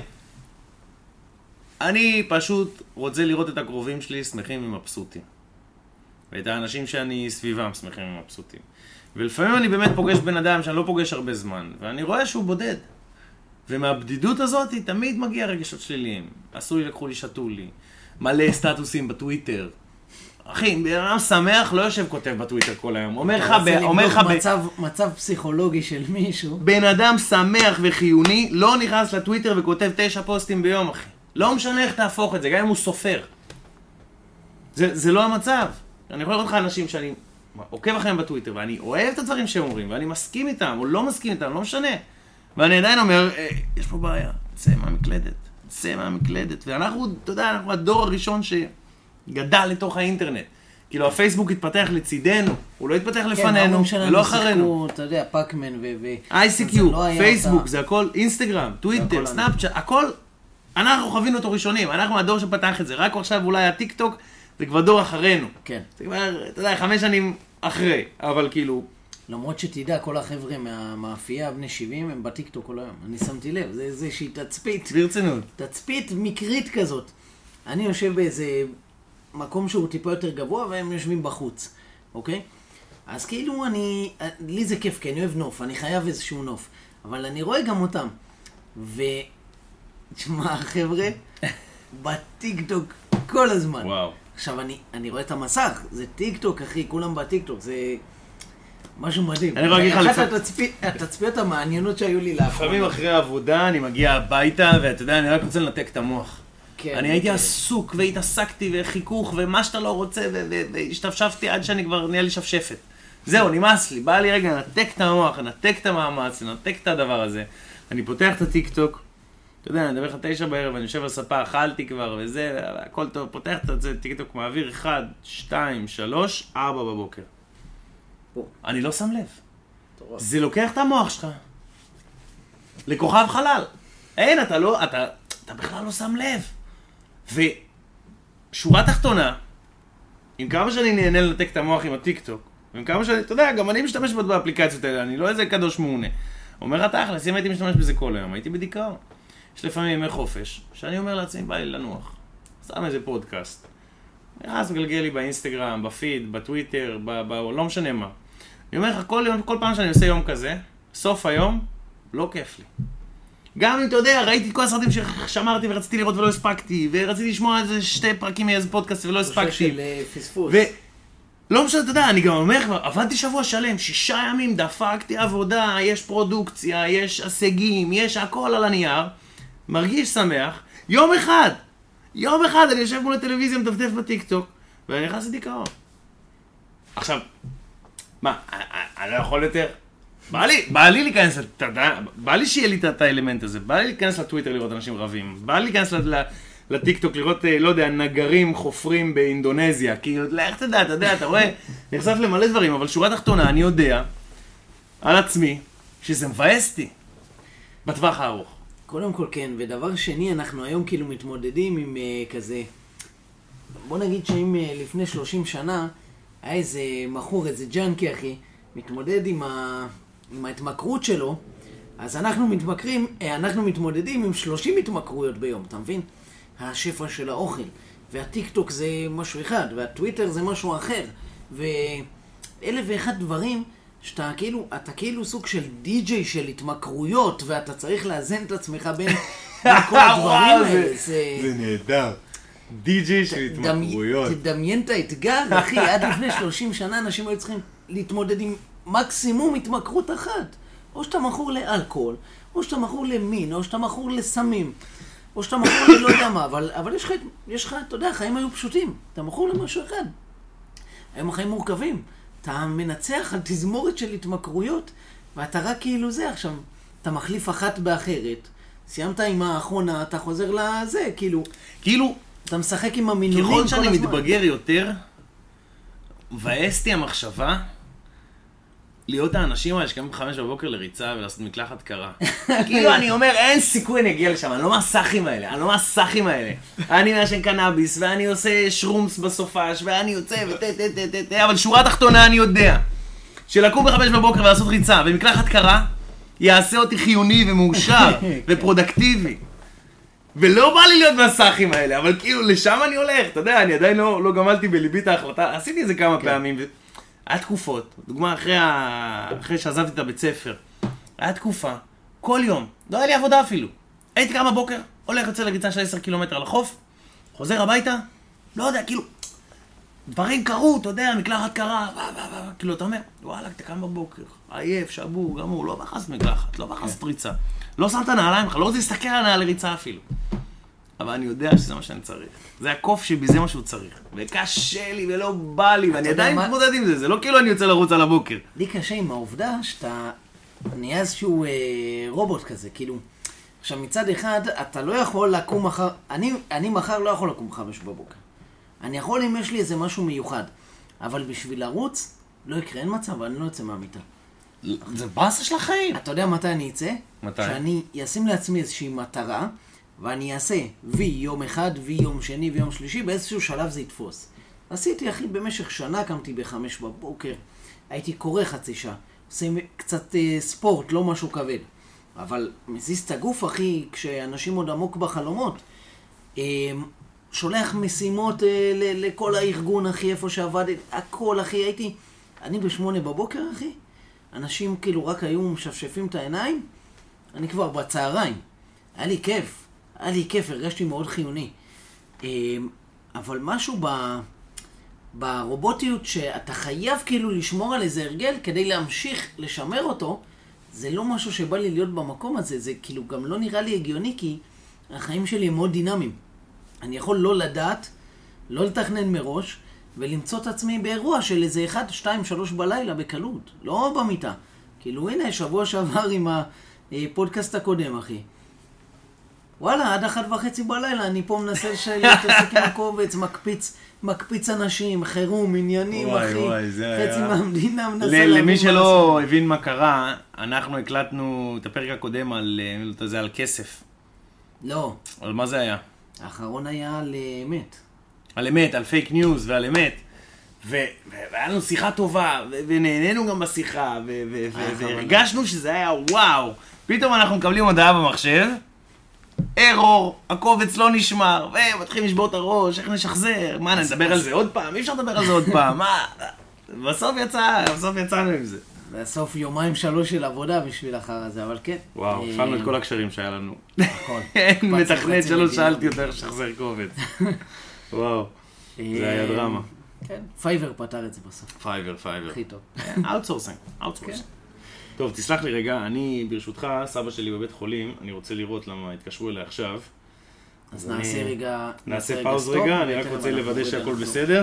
אני פשוט רוצה לראות את הקרובים שלי שמחים ומבסוטים. ואת האנשים שאני סביבם שמחים ומבסוטים. ולפעמים אני באמת פוגש בן אדם שאני לא פוגש הרבה זמן, ואני רואה שהוא בודד. ומהבדידות הזאת תמיד מגיע רגשות שליליים. עשו לי, לקחו לי, שתו לי. מלא סטטוסים בטוויטר. אחי, בן אדם שמח לא יושב כותב בטוויטר כל היום. אומר לך, אומר לך... מצב, מצב פסיכולוגי של מישהו. בן אדם שמח וחיוני לא נכנס לטוויטר וכותב תשע פוסטים ביום, אחי. לא משנה איך תהפוך את זה, גם אם הוא סופר. זה, זה לא המצב. אני יכול לראות לך אנשים שאני עוקב אחריהם בטוויטר, ואני אוהב את הדברים שהם אומרים, ואני מסכים איתם, או לא מסכים איתם, לא משנה. ואני עדיין אומר, יש פה בעיה, צא מהמקלדת. צא מהמקלדת, ואנחנו, אתה יודע, אנחנו הדור הראשון שגדל לתוך האינטרנט. כאילו, הפייסבוק התפתח לצידנו, הוא לא התפתח לפנינו, ולא אחרינו. אתה יודע, פאקמן ו... איי סי קיו, פייסבוק, זה הכל, אינסטגרם, טוויטר, סנאפצ'אט, הכל, אנחנו חווינו אותו ראשונים, אנחנו הדור שפתח את זה, רק עכשיו אולי הטיק טוק, זה כבר דור אחרינו. כן. זה כבר, אתה יודע, חמש שנים אחרי, אבל כאילו... למרות שתדע, כל החבר'ה מהמאפייה, בני שבעים, הם בטיקטוק כל היום. אני שמתי לב, זה איזושהי תצפית. ברצינות. תצפית מקרית כזאת. אני יושב באיזה מקום שהוא טיפה יותר גבוה, והם יושבים בחוץ, אוקיי? אז כאילו אני, לי זה כיף, כי אני אוהב נוף, אני חייב איזשהו נוף. אבל אני רואה גם אותם. ו... תשמע, חבר'ה, בטיקטוק כל הזמן. וואו. עכשיו, אני, אני רואה את המסך, זה טיקטוק, אחי, כולם בטיקטוק, זה... משהו מדהים. אני רואה לך אחת התצפיות המעניינות שהיו לי לאחרונה. לפעמים אחרי העבודה אני מגיע הביתה, ואתה יודע, אני רק רוצה לנתק את המוח. אני הייתי עסוק והתעסקתי וחיכוך ומה שאתה לא רוצה, והשתפשפתי עד שאני כבר נהיה לי שפשפת. זהו, נמאס לי, בא לי רגע לנתק את המוח, לנתק את המאמץ, לנתק את הדבר הזה. אני פותח את הטיק טוק, אתה יודע, אני מדבר לך תשע בערב, אני יושב על ספה, אכלתי כבר וזה, הכל טוב, פותח את זה, טיק טוק מעביר אחד, שתיים, שלוש, ארבע בבוקר. אני לא שם לב. זה לוקח את המוח שלך לכוכב חלל. אין, אתה לא, אתה, אתה בכלל לא שם לב. ושורה תחתונה, עם כמה שאני נהנה לנתק את המוח עם הטיק-טוק, ועם כמה שאני, אתה יודע, גם אני משתמש באפליקציות האלה, אני לא איזה קדוש מעונה. אומר אתה אחלה, אם הייתי משתמש בזה כל היום, הייתי בדיכאון. יש לפעמים ימי חופש, שאני אומר לעצמי, בא לי לנוח. שם איזה פודקאסט. אז מגלגל לי באינסטגרם, בפיד, בטוויטר, ב, ב, לא משנה מה. אני אומר לך, כל, יום, כל פעם שאני עושה יום כזה, סוף היום, לא כיף לי. גם אם אתה יודע, ראיתי את כל הסרטים ששמרתי ורציתי לראות ולא הספקתי, ורציתי לשמוע איזה שתי פרקים מאיזה פודקאסט ולא הספקתי. של פספוס. לא משנה, אתה יודע, אני גם אומר כבר, עבדתי שבוע שלם, שישה ימים, דפקתי עבודה, יש פרודוקציה, יש הישגים, יש הכל על הנייר, מרגיש שמח, יום אחד, יום אחד אני יושב מול הטלוויזיה, מטפטף בטיקטוק, ואני נכנס לדיכאון. עכשיו, מה, אני לא יכול יותר? בא לי, בא לי להיכנס, בא לי שיהיה לי את האלמנט הזה, בא לי להיכנס לטוויטר לראות אנשים רבים, בא לי להיכנס לטיקטוק לראות, לא יודע, נגרים חופרים באינדונזיה, כי איך תדע, אתה יודע, אתה רואה, נחשף למלא דברים, אבל שורה תחתונה, אני יודע על עצמי שזה מבאסתי בטווח הארוך. קודם כל כן, ודבר שני, אנחנו היום כאילו מתמודדים עם uh, כזה, בוא נגיד שאם uh, לפני שלושים שנה היה איזה מחור, איזה ג'אנקי אחי, מתמודד עם, ה... עם ההתמכרות שלו, אז אנחנו מתמכרים, אנחנו מתמודדים עם שלושים התמכרויות ביום, אתה מבין? השפע של האוכל, והטיקטוק זה משהו אחד, והטוויטר זה משהו אחר, ואלף ואחד דברים שאתה כאילו, אתה כאילו סוג של די-ג'יי של התמכרויות, ואתה צריך לאזן את עצמך בין, בין כל הדברים האלה. זה, זה נהדר. די-ג'יי של התמכרויות. תדמיין את האתגר, אחי, עד לפני שלושים שנה אנשים היו צריכים להתמודד עם מקסימום התמכרות אחת. או שאתה מכור לאלכוהול, או שאתה מכור למין, או שאתה מכור לסמים, או שאתה מכור ללא יודע מה, אבל, אבל יש לך, יש לך, אתה יודע, החיים היו פשוטים. אתה מכור למשהו אחד. היום החיים מורכבים. אתה מנצח על תזמורת של התמכרויות, ואתה רק כאילו זה, עכשיו, אתה מחליף אחת באחרת, סיימת עם האחרונה, אתה חוזר לזה, כאילו, כאילו, אתה משחק עם המינונים כל ככל הזמן. שאני מתבגר יותר, מבאסתי המחשבה להיות האנשים האלה שקמים בחמש בבוקר לריצה ולעשות מקלחת קרה. כאילו אני אומר, אין סיכוי אני אגיע לשם, אני לא מהסחים האלה, אני לא מהסחים האלה. אני מעשן קנאביס, ואני עושה שרומס בסופש, ואני יוצא ותה תה תה תה תה, אבל שורה תחתונה אני יודע שלקום בחמש בבוקר ולעשות ריצה ומקלחת קרה, יעשה אותי חיוני ומאושר ופרודקטיבי. ולא בא לי להיות מהסחים האלה, אבל כאילו לשם אני הולך, אתה יודע, אני עדיין לא, לא גמלתי בליבי את ההחלטה, עשיתי את זה כמה פעמים. ו... היה תקופות, דוגמה אחרי, ה... אחרי שעזבתי את הבית ספר, היה תקופה, כל יום, לא היה לי עבודה אפילו. הייתי קם בבוקר, הולך יוצא לריצה של עשרה קילומטר לחוף, חוזר הביתה, לא יודע, כאילו, דברים קרו, אתה יודע, מקלחת קרה, כאילו, אתה אומר, וואלה, אתה קם בבוקר, עייף, שבור, גמור, לא בחסת מקלחת, לא בחסת ריצה, לא שמת נעליים לך, לא רוצה להסתכל על נעלי ריצה אפילו. אבל אני יודע שזה מה שאני צריך. זה הקוף שבי, זה מה שהוא צריך. וקשה לי ולא בא לי, ואני עדיין מתמודד עם זה. זה לא כאילו אני יוצא לרוץ על הבוקר. לי קשה עם העובדה שאתה נהיה איזשהו אה, רובוט כזה, כאילו. עכשיו מצד אחד, אתה לא יכול לקום מחר, אני, אני מחר לא יכול לקום חמש בבוקר. אני יכול אם יש לי איזה משהו מיוחד. אבל בשביל לרוץ, לא יקרה, אין מצב, אני לא יוצא מהמיטה. זה באסה של החיים. אתה יודע מתי אני אצא? מתי? שאני אשים לעצמי איזושהי מטרה, ואני אעשה וי יום אחד, וי יום שני ויום שלישי, באיזשהו שלב זה יתפוס. עשיתי, אחי, במשך שנה קמתי בחמש בבוקר, הייתי קורא חצי שעה, עושה קצת אה, ספורט, לא משהו כבד. אבל מזיז את הגוף, אחי, כשאנשים עוד עמוק בחלומות. אה, שולח משימות אה, ל- לכל הארגון, אחי, איפה שעבדת, הכל, אחי, הייתי... אני בשמונה בבוקר, אחי, אנשים כאילו רק היו משפשפים את העיניים, אני כבר בצהריים. היה לי כיף. היה לי כיף, הרגשתי מאוד חיוני. אבל משהו ב... ברובוטיות שאתה חייב כאילו לשמור על איזה הרגל כדי להמשיך לשמר אותו, זה לא משהו שבא לי להיות במקום הזה, זה כאילו גם לא נראה לי הגיוני, כי החיים שלי הם מאוד דינמיים. אני יכול לא לדעת, לא לתכנן מראש, ולמצוא את עצמי באירוע של איזה אחד, שתיים, שלוש בלילה בקלות, לא במיטה. כאילו הנה, שבוע שעבר עם הפודקאסט הקודם, אחי. וואלה, עד אחת וחצי בלילה, אני פה מנסה להתעסק עם הקובץ, מקפיץ, מקפיץ אנשים, חירום, עניינים, וואי, אחי. וואי, זה חצי היה... מהמדינה מנסה ל- להבין למי מה שלא עושה. הבין מה קרה, אנחנו הקלטנו את הפרק הקודם על, אה, זה, על כסף. לא, על מה זה היה? האחרון היה על אמת. על אמת, על פייק ניוז ועל אמת. ו- והיה לנו שיחה טובה, ו- ונהנינו גם בשיחה, ו- ו- ו- והרגשנו שזה היה וואו. פתאום אנחנו מקבלים הודעה במחשב, ארור, הקובץ לא נשמר, ומתחילים לשבור את הראש, איך נשחזר, מה, נדבר על זה עוד פעם? אי אפשר לדבר על זה עוד פעם, מה? בסוף יצא, בסוף יצאנו עם זה. בסוף יומיים שלוש של עבודה בשביל אחר הזה, אבל כן. וואו, הפעלנו את כל הקשרים שהיה לנו. הכל. אין מתכנת חצי שלא מדינה. שאלתי יותר לשחזר קובץ. וואו, זה היה דרמה. כן, פייבר פתר את זה בסוף. פייבר, פייבר. הכי טוב. אאוטסורסינג, אאוטסורסינג. טוב, תסלח לי רגע, אני ברשותך, סבא שלי בבית חולים, אני רוצה לראות למה התקשרו אליי עכשיו. אז נעשה רגע... נעשה פאוז רגע, אני רק רוצה לוודא שהכל בסדר.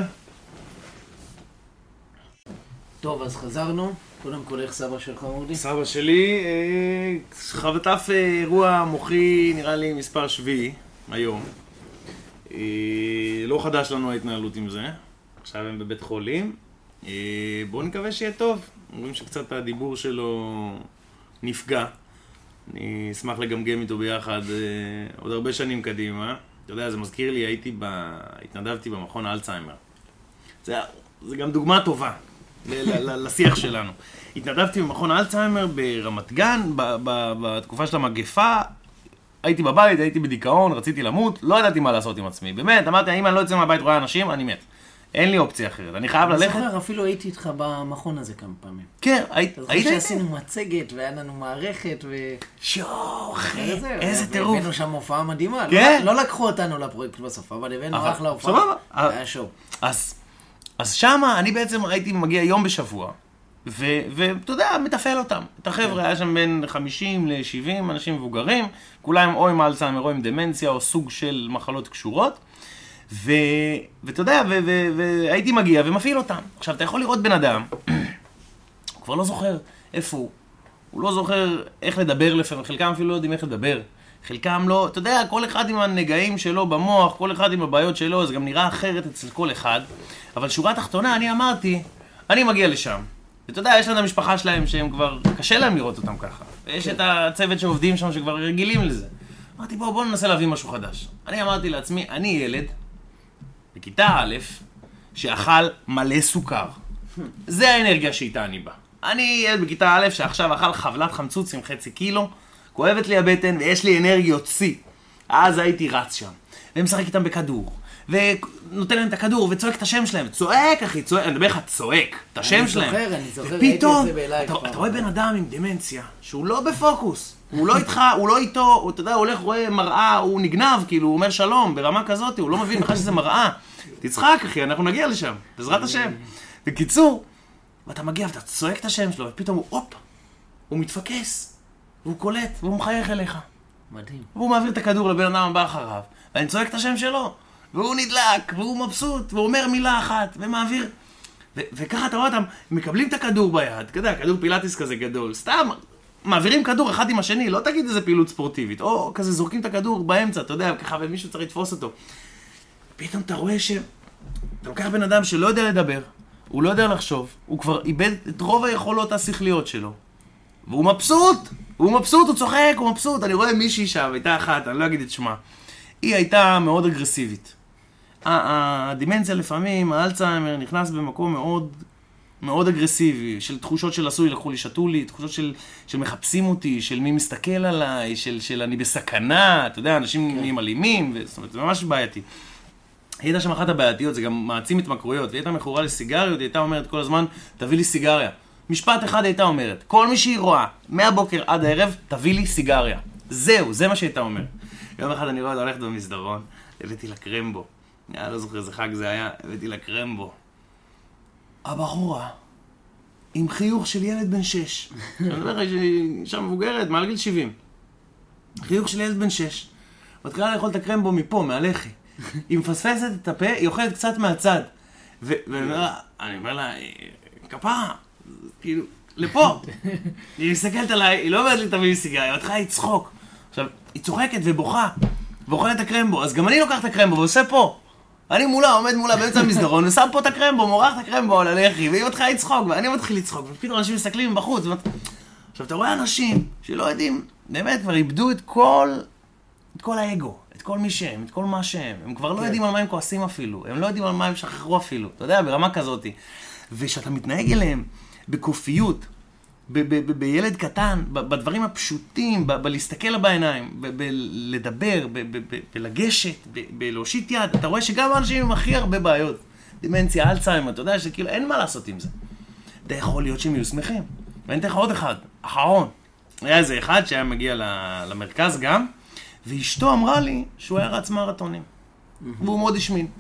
טוב, אז חזרנו. קודם כל, איך סבא שלך מודי? סבא שלי חטף אירוע מוחי, נראה לי מספר שביעי, היום. לא חדש לנו ההתנהלות עם זה. עכשיו הם בבית חולים. בואו נקווה שיהיה טוב. אומרים שקצת הדיבור שלו נפגע. אני אשמח לגמגם איתו ביחד עוד הרבה שנים קדימה. אתה יודע, זה מזכיר לי, הייתי ב... התנדבתי במכון אלצהיימר. זה, זה גם דוגמה טובה לשיח שלנו. התנדבתי במכון אלצהיימר ברמת גן, ב- ב- בתקופה של המגפה. הייתי בבית, הייתי בדיכאון, רציתי למות, לא ידעתי מה לעשות עם עצמי. באמת, אמרתי, אם אני לא יוצא מהבית רואה אנשים, אני מת. אין לי אופציה אחרת, אני חייב ללכת. אני זוכר, אפילו הייתי איתך במכון הזה כמה פעמים. כן, הייתי. אתה זוכר שעשינו מצגת, והיה לנו מערכת, ו... שואו, אחי, איזה טירוף. והבאנו שם הופעה מדהימה. כן. לא לקחו אותנו לפרויקט בסוף, אבל הבאנו אחלה הופעה. סבבה. היה שואו. אז שמה אני בעצם הייתי מגיע יום בשבוע, ואתה יודע, מתפעל אותם. את החבר'ה היה שם בין חמישים ל-שבעים אנשים מבוגרים, כולם או עם אלצהיימר או עם דמנציה או סוג של מחלות קשורות. ו... ואתה יודע, ו... ו... והייתי מגיע ומפעיל אותם. עכשיו, אתה יכול לראות בן אדם, הוא כבר לא זוכר איפה הוא. הוא לא זוכר איך לדבר לפעמים, חלקם אפילו לא יודעים איך לדבר. חלקם לא, אתה יודע, כל אחד עם הנגעים שלו במוח, כל אחד עם הבעיות שלו, זה גם נראה אחרת אצל כל אחד. אבל שורה תחתונה, אני אמרתי, אני מגיע לשם. ואתה יודע, יש להם את המשפחה שלהם שהם כבר, קשה להם לראות אותם ככה. ויש את הצוות שעובדים שם שכבר רגילים לזה. אמרתי, בואו, בואו ננסה להביא משהו חדש. אני אמרתי לעצמי, אני ילד, בכיתה א', שאכל מלא סוכר. זה האנרגיה שאיתה אני בא. אני ילד בכיתה א', שעכשיו אכל חבלת חמצוץ עם חצי קילו, כואבת לי הבטן ויש לי אנרגיות שיא. אז הייתי רץ שם, ומשחק איתם בכדור, ונותן להם את הכדור וצועק את השם שלהם. צועק, אחי, צועק, אני מדבר לך, צועק את השם שלהם. אני זוכר, אני זוכר, ופתאום, אתה, אתה רואה בן אדם עם דמנציה, שהוא לא בפוקוס. הוא לא איתך, הוא לא איתו, הוא, אתה יודע, הוא הולך, רואה מראה, הוא נגנב, כאילו, הוא אומר שלום, ברמה כזאת, הוא לא מבין בכלל שזה מראה. תצחק, אחי, אנחנו נגיע לשם, בעזרת השם. בקיצור, ואתה מגיע ואתה צועק את השם שלו, ופתאום הוא, אופ, הוא מתפקס, והוא קולט, והוא מחייך אליך. מדהים. והוא מעביר את הכדור לבן אדם הבא אחריו, ואני צועק את השם שלו, והוא נדלק, והוא מבסוט, והוא אומר מילה אחת, ומעביר. ו- וככה אתה רואה אותם, מקבלים את הכדור ביד, אתה יודע, כדור פילאטיס כזה גדול, סתם, מעבירים כדור אחד עם השני, לא תגיד איזה פעילות ספורטיבית, או כזה זורקים את הכדור באמצע, אתה יודע, ככה, ומישהו צריך לתפוס אותו. פתאום אתה רואה ש... אתה לוקח בן אדם שלא יודע לדבר, הוא לא יודע לחשוב, הוא כבר איבד את רוב היכולות השכליות שלו, והוא מבסוט, הוא מבסוט, הוא צוחק, הוא מבסוט. אני רואה מישהי שם, הייתה אחת, אני לא אגיד את שמה, היא הייתה מאוד אגרסיבית. הדימנציה לפעמים, האלצהיימר נכנס במקום מאוד... מאוד אגרסיבי, של תחושות של עשוי, לקחו לי, שתו לי, תחושות של, של מחפשים אותי, של מי מסתכל עליי, של, של אני בסכנה, אתה יודע, אנשים נהיים אלימים, ו... זאת אומרת, זה ממש בעייתי. היא הייתה שם אחת הבעייתיות, זה גם מעצים התמכרויות, והיא הייתה מכורה לסיגריות, היא הייתה אומרת כל הזמן, תביא לי סיגריה. משפט אחד הייתה אומרת, כל מי שהיא רואה, מהבוקר עד הערב, תביא לי סיגריה. זהו, זה מה שהייתה אומרת. יום אחד אני רואה, אתה הולכת במסדרון, הבאתי לה קרמבו. אני לא זוכר איזה חג זה היה, הבאתי לה קרמבו. הבחורה, עם חיוך של ילד בן שש. אני אומר לך שהיא אישה מבוגרת, מעל גיל שבעים. חיוך של ילד בן שש. מתחילה לאכול את הקרמבו מפה, מהלחי. היא מפספסת את הפה, היא אוכלת קצת מהצד. ואני אומר לה, כפרה, כאילו, לפה. היא מסתכלת עליי, היא לא אומרת לי תביא לי סיגריה, היא מתחילה לצחוק. עכשיו, היא צוחקת ובוכה, ואוכלת את הקרמבו, אז גם אני לוקח את הקרמבו ועושה פה. אני מולה, עומד מולה באמצע המסדרון, ושם פה את הקרמבו, מורח את הקרמבו על הלחי, והיא מתחילה לצחוק, ואני מתחיל לצחוק, ופתאום אנשים מסתכלים מבחוץ. עכשיו, אתה רואה אנשים שלא יודעים, באמת כבר איבדו את כל, את כל האגו, את כל מי שהם, את כל מה שהם. הם כבר לא יודעים על מה הם כועסים אפילו, הם לא יודעים על מה הם שכחו אפילו, אתה יודע, ברמה כזאת. ושאתה מתנהג אליהם בקופיות, בילד קטן, בדברים הפשוטים, בלהסתכל לה בעיניים, בלדבר, בלגשת, בלהושיט יד, אתה רואה שגם האנשים עם הכי הרבה בעיות, דמנציה, אלצהיימר, אתה יודע שכאילו אין מה לעשות עם זה. אתה יכול להיות שהם יהיו שמחים. ואני אתן לך עוד אחד, אחרון. היה איזה אחד שהיה מגיע למרכז גם, ואשתו אמרה לי שהוא היה רץ מרתונים. והוא מאוד השמין.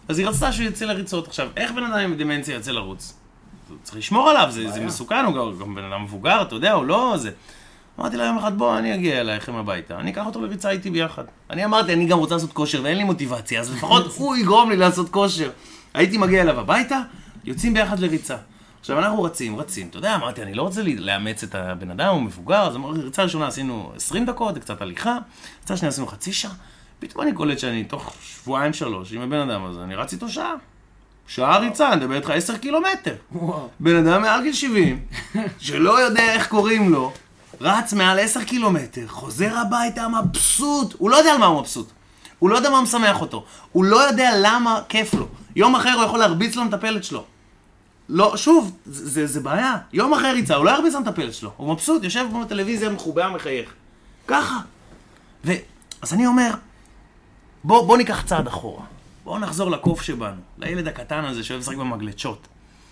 אז היא רצתה שהוא יצא לריצות. עכשיו, איך בן אדם עם דמנציה יצא לרוץ? צריך לשמור עליו, זה, זה מסוכן, הוא גם בן אדם מבוגר, אתה יודע, הוא לא זה. אמרתי לה יום אחד, בוא, אני אגיע אליכם הביתה, אני אקח אותו לריצה איתי ביחד. אני אמרתי, אני גם רוצה לעשות כושר ואין לי מוטיבציה, אז לפחות הוא יגרום לי לעשות כושר. הייתי מגיע אליו הביתה, יוצאים ביחד לריצה. עכשיו אנחנו רצים, רצים, אתה יודע, אמרתי, אני לא רוצה לאמץ את הבן אדם, הוא מבוגר, אז ריצה ראשונה עשינו עשרים דקות, קצת הליכה, ריצה שנייה עשינו חצי שעה, פתאום אני קולט שאני תוך שבועיים שלוש עם הבן אדם הזה, אני רץ איתו שעה. שעה ריצה, אני מדבר איתך עשר קילומטר. בן אדם מעל גיל שבעים, שלא יודע איך קוראים לו, רץ מעל עשר קילומטר, חוזר הביתה מבסוט, הוא לא יודע על מה הוא מבסוט, הוא לא יודע מה משמח אותו, הוא לא יודע למה כיף לו. יום אחר הוא יכול להרביץ לו מטפלת שלו. לא, שוב, זה, זה, זה בעיה. יום אחרי ריצה, הוא לא ירביץ לו מטפלת שלו, הוא מבסוט, יושב בטלוויזיה מחובה, מחייך. ככה. ו... אז אני אומר, בוא, בוא ניקח צעד אחורה. בואו נחזור לקוף שבנו, לילד הקטן הזה שאוהב לשחק במגלצ'ות,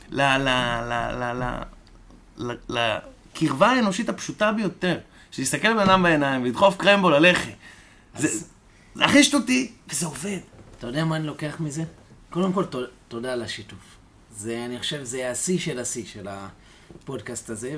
לקרבה האנושית הפשוטה ביותר, שיסתכל לבן אדם בעיניים וידחוף קרמבול ללחי. זה הכי שטותי, וזה עובד. אתה יודע מה אני לוקח מזה? קודם כל, תודה על השיתוף. זה, אני חושב, זה השיא של השיא של הפודקאסט הזה,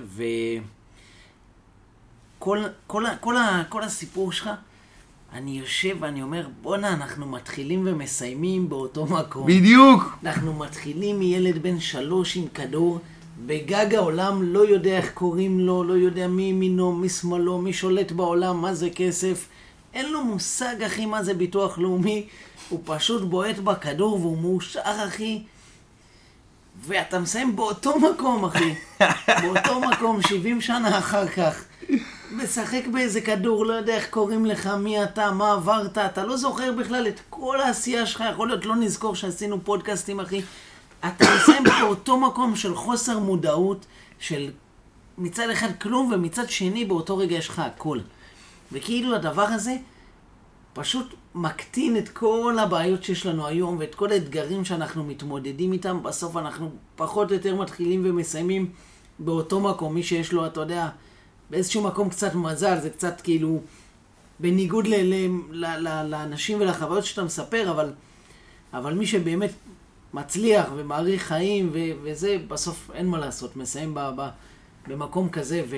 וכל כל, כל, כל הסיפור שלך, אני יושב ואני אומר, בונה, אנחנו מתחילים ומסיימים באותו מקום. בדיוק. אנחנו מתחילים מילד בן שלוש עם כדור, בגג העולם לא יודע איך קוראים לו, לא יודע מי ימינו, מי שמאלו, מי שולט בעולם, מה זה כסף. אין לו מושג, אחי, מה זה ביטוח לאומי. הוא פשוט בועט בכדור והוא מאושר, אחי. ואתה מסיים באותו מקום, אחי. באותו מקום, שבעים שנה אחר כך. משחק באיזה כדור, לא יודע איך קוראים לך, מי אתה, מה עברת, אתה לא זוכר בכלל את כל העשייה שלך, יכול להיות לא נזכור שעשינו פודקאסטים, אחי. אתה מסיים באותו מקום של חוסר מודעות, של מצד אחד כלום, ומצד שני באותו רגע יש לך הכל. וכאילו הדבר הזה פשוט מקטין את כל הבעיות שיש לנו היום, ואת כל האתגרים שאנחנו מתמודדים איתם, בסוף אנחנו פחות או יותר מתחילים ומסיימים באותו מקום. מי שיש לו, אתה יודע, באיזשהו מקום קצת מזל, זה קצת כאילו בניגוד ל- ל- ל- ל- לאנשים ולחוויות שאתה מספר, אבל, אבל מי שבאמת מצליח ומעריך חיים ו- וזה, בסוף אין מה לעשות, מסיים ב- ב- במקום כזה, ו-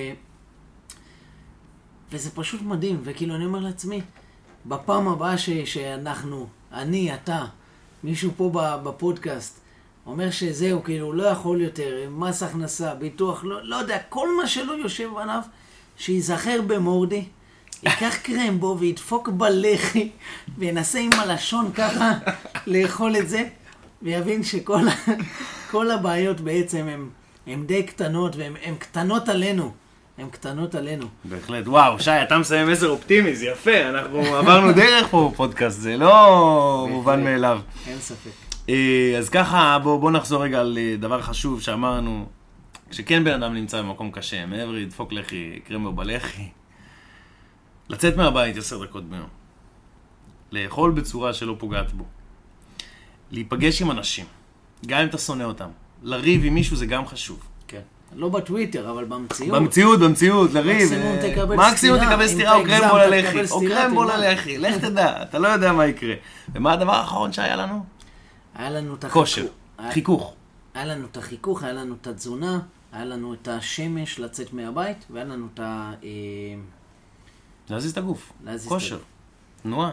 וזה פשוט מדהים. וכאילו אני אומר לעצמי, בפעם הבאה ש- שאנחנו, אני, אתה, מישהו פה בפודקאסט, אומר שזהו, כאילו, לא יכול יותר, מס הכנסה, ביטוח, לא, לא יודע, כל מה שלא יושב עליו, שיזכר במורדי, ייקח קרמבו וידפוק בלחי, וינסה עם הלשון ככה לאכול את זה, ויבין שכל כל הבעיות בעצם הם, הם די קטנות, והן קטנות עלינו. הן קטנות עלינו. בהחלט. וואו, שי, אתה מסיים מסר אופטימי, זה יפה. אנחנו עברנו דרך פה בפודקאסט, זה לא מובן מאליו. אין ספק. אז ככה, בוא, בוא נחזור רגע על דבר חשוב שאמרנו, כשכן בן אדם נמצא במקום קשה, מעבר לדפוק לחי, קרמבו בלחי, לצאת מהבית עשר דקות ביום, לאכול בצורה שלא פוגעת בו, להיפגש עם אנשים, גם אם אתה שונא אותם, לריב עם מישהו זה גם חשוב. כן. לא בטוויטר, אבל במציאות. במציאות, במציאות, לריב. מקסימום תקבל סתירה. מקסימום תקבל סתירה או קרמבו ללחי. או קרמבו ללחי, לך תדע, אתה לא יודע מה יקרה. ומה הדבר האחרון שהיה לנו? היה לנו את כושר, חיכוך. היה לנו את החיכוך, היה לנו את התזונה, היה לנו את השמש לצאת מהבית, והיה לנו את ה... להזיז את הגוף, להזיז כושר, תנועה.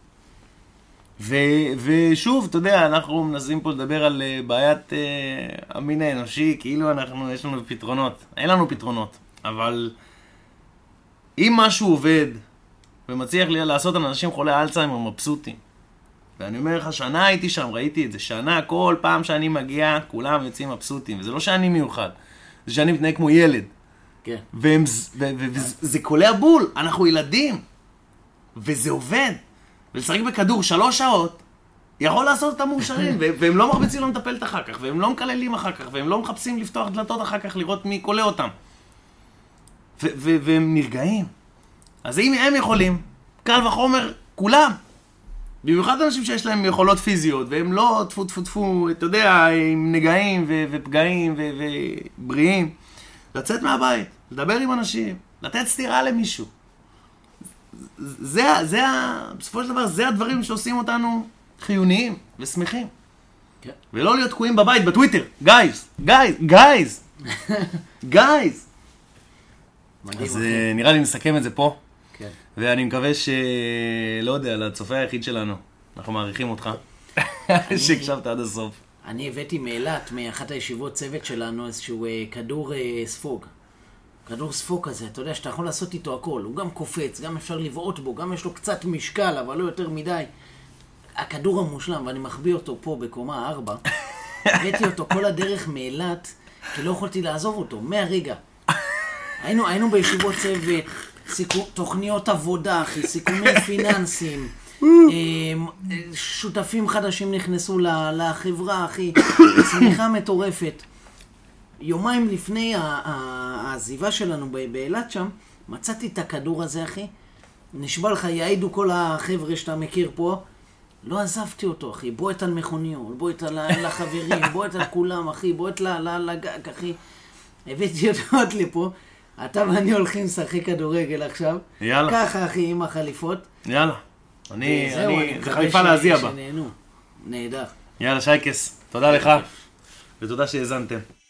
ושוב, אתה יודע, אנחנו מנסים פה לדבר על בעיית המין האנושי, כאילו אנחנו, יש לנו פתרונות. אין לנו פתרונות, אבל אם משהו עובד ומצליח לעשות אנשים חולי אלצהיימר מבסוטים, ואני אומר לך, שנה הייתי שם, ראיתי את זה, שנה, כל פעם שאני מגיע, כולם יוצאים מבסוטים, וזה לא שאני מיוחד, זה שאני מתנהג כמו ילד. כן. וזה קולע בול, אנחנו ילדים, וזה עובד. ולשחק בכדור שלוש שעות, יכול לעשות אותם מאושרים, והם לא מרביצים לו מטפלת אחר כך, והם לא מקללים אחר כך, והם לא מחפשים לפתוח דלתות אחר כך, לראות מי קולע אותם. והם נרגעים. אז אם הם יכולים, קל וחומר, כולם. במיוחד אנשים שיש להם יכולות פיזיות, והם לא תפו תפו תפו, אתה יודע, עם נגעים ופגעים ובריאים. לצאת מהבית, לדבר עם אנשים, לתת סתירה למישהו. זה, זה, בסופו של דבר, זה הדברים שעושים אותנו חיוניים ושמחים. כן. ולא להיות תקועים בבית בטוויטר. גייז, גייז, גייז, גייז. אז נראה לי נסכם את זה פה. כן. ואני מקווה ש... לא יודע, לצופה היחיד שלנו. אנחנו מעריכים אותך. שהקשבת עד הסוף. אני הבאתי מאילת, מאחת הישיבות צוות שלנו, איזשהו אה, כדור אה, ספוג. כדור ספוג כזה, אתה יודע שאתה יכול לעשות איתו הכל. הוא גם קופץ, גם אפשר לבעוט בו, גם יש לו קצת משקל, אבל לא יותר מדי. הכדור המושלם, ואני מחביא אותו פה בקומה ארבע. הבאתי אותו כל הדרך מאילת, כי לא יכולתי לעזוב אותו, מהרגע. היינו, היינו בישיבות צוות, סיכו, תוכניות עבודה, אחי, סיכומים פיננסיים. שותפים חדשים נכנסו לחברה, אחי, צמיחה מטורפת. יומיים לפני העזיבה שלנו באילת שם, מצאתי את הכדור הזה, אחי. נשבע לך, יעידו כל החבר'ה שאתה מכיר פה. לא עזבתי אותו, אחי. בועט על מכוניות, בועט על החברים, בועט על כולם, אחי. בועט לגג, אחי. הבאתי אותו עוד לפה. אתה ואני הולכים לשחק כדורגל עכשיו. יאללה. ככה, אחי, עם החליפות. יאללה. אני, אני, זה חליפה להזיע בה. שנהנו. נהדר. יאללה, שייקס. תודה לך. ותודה שהאזנתם.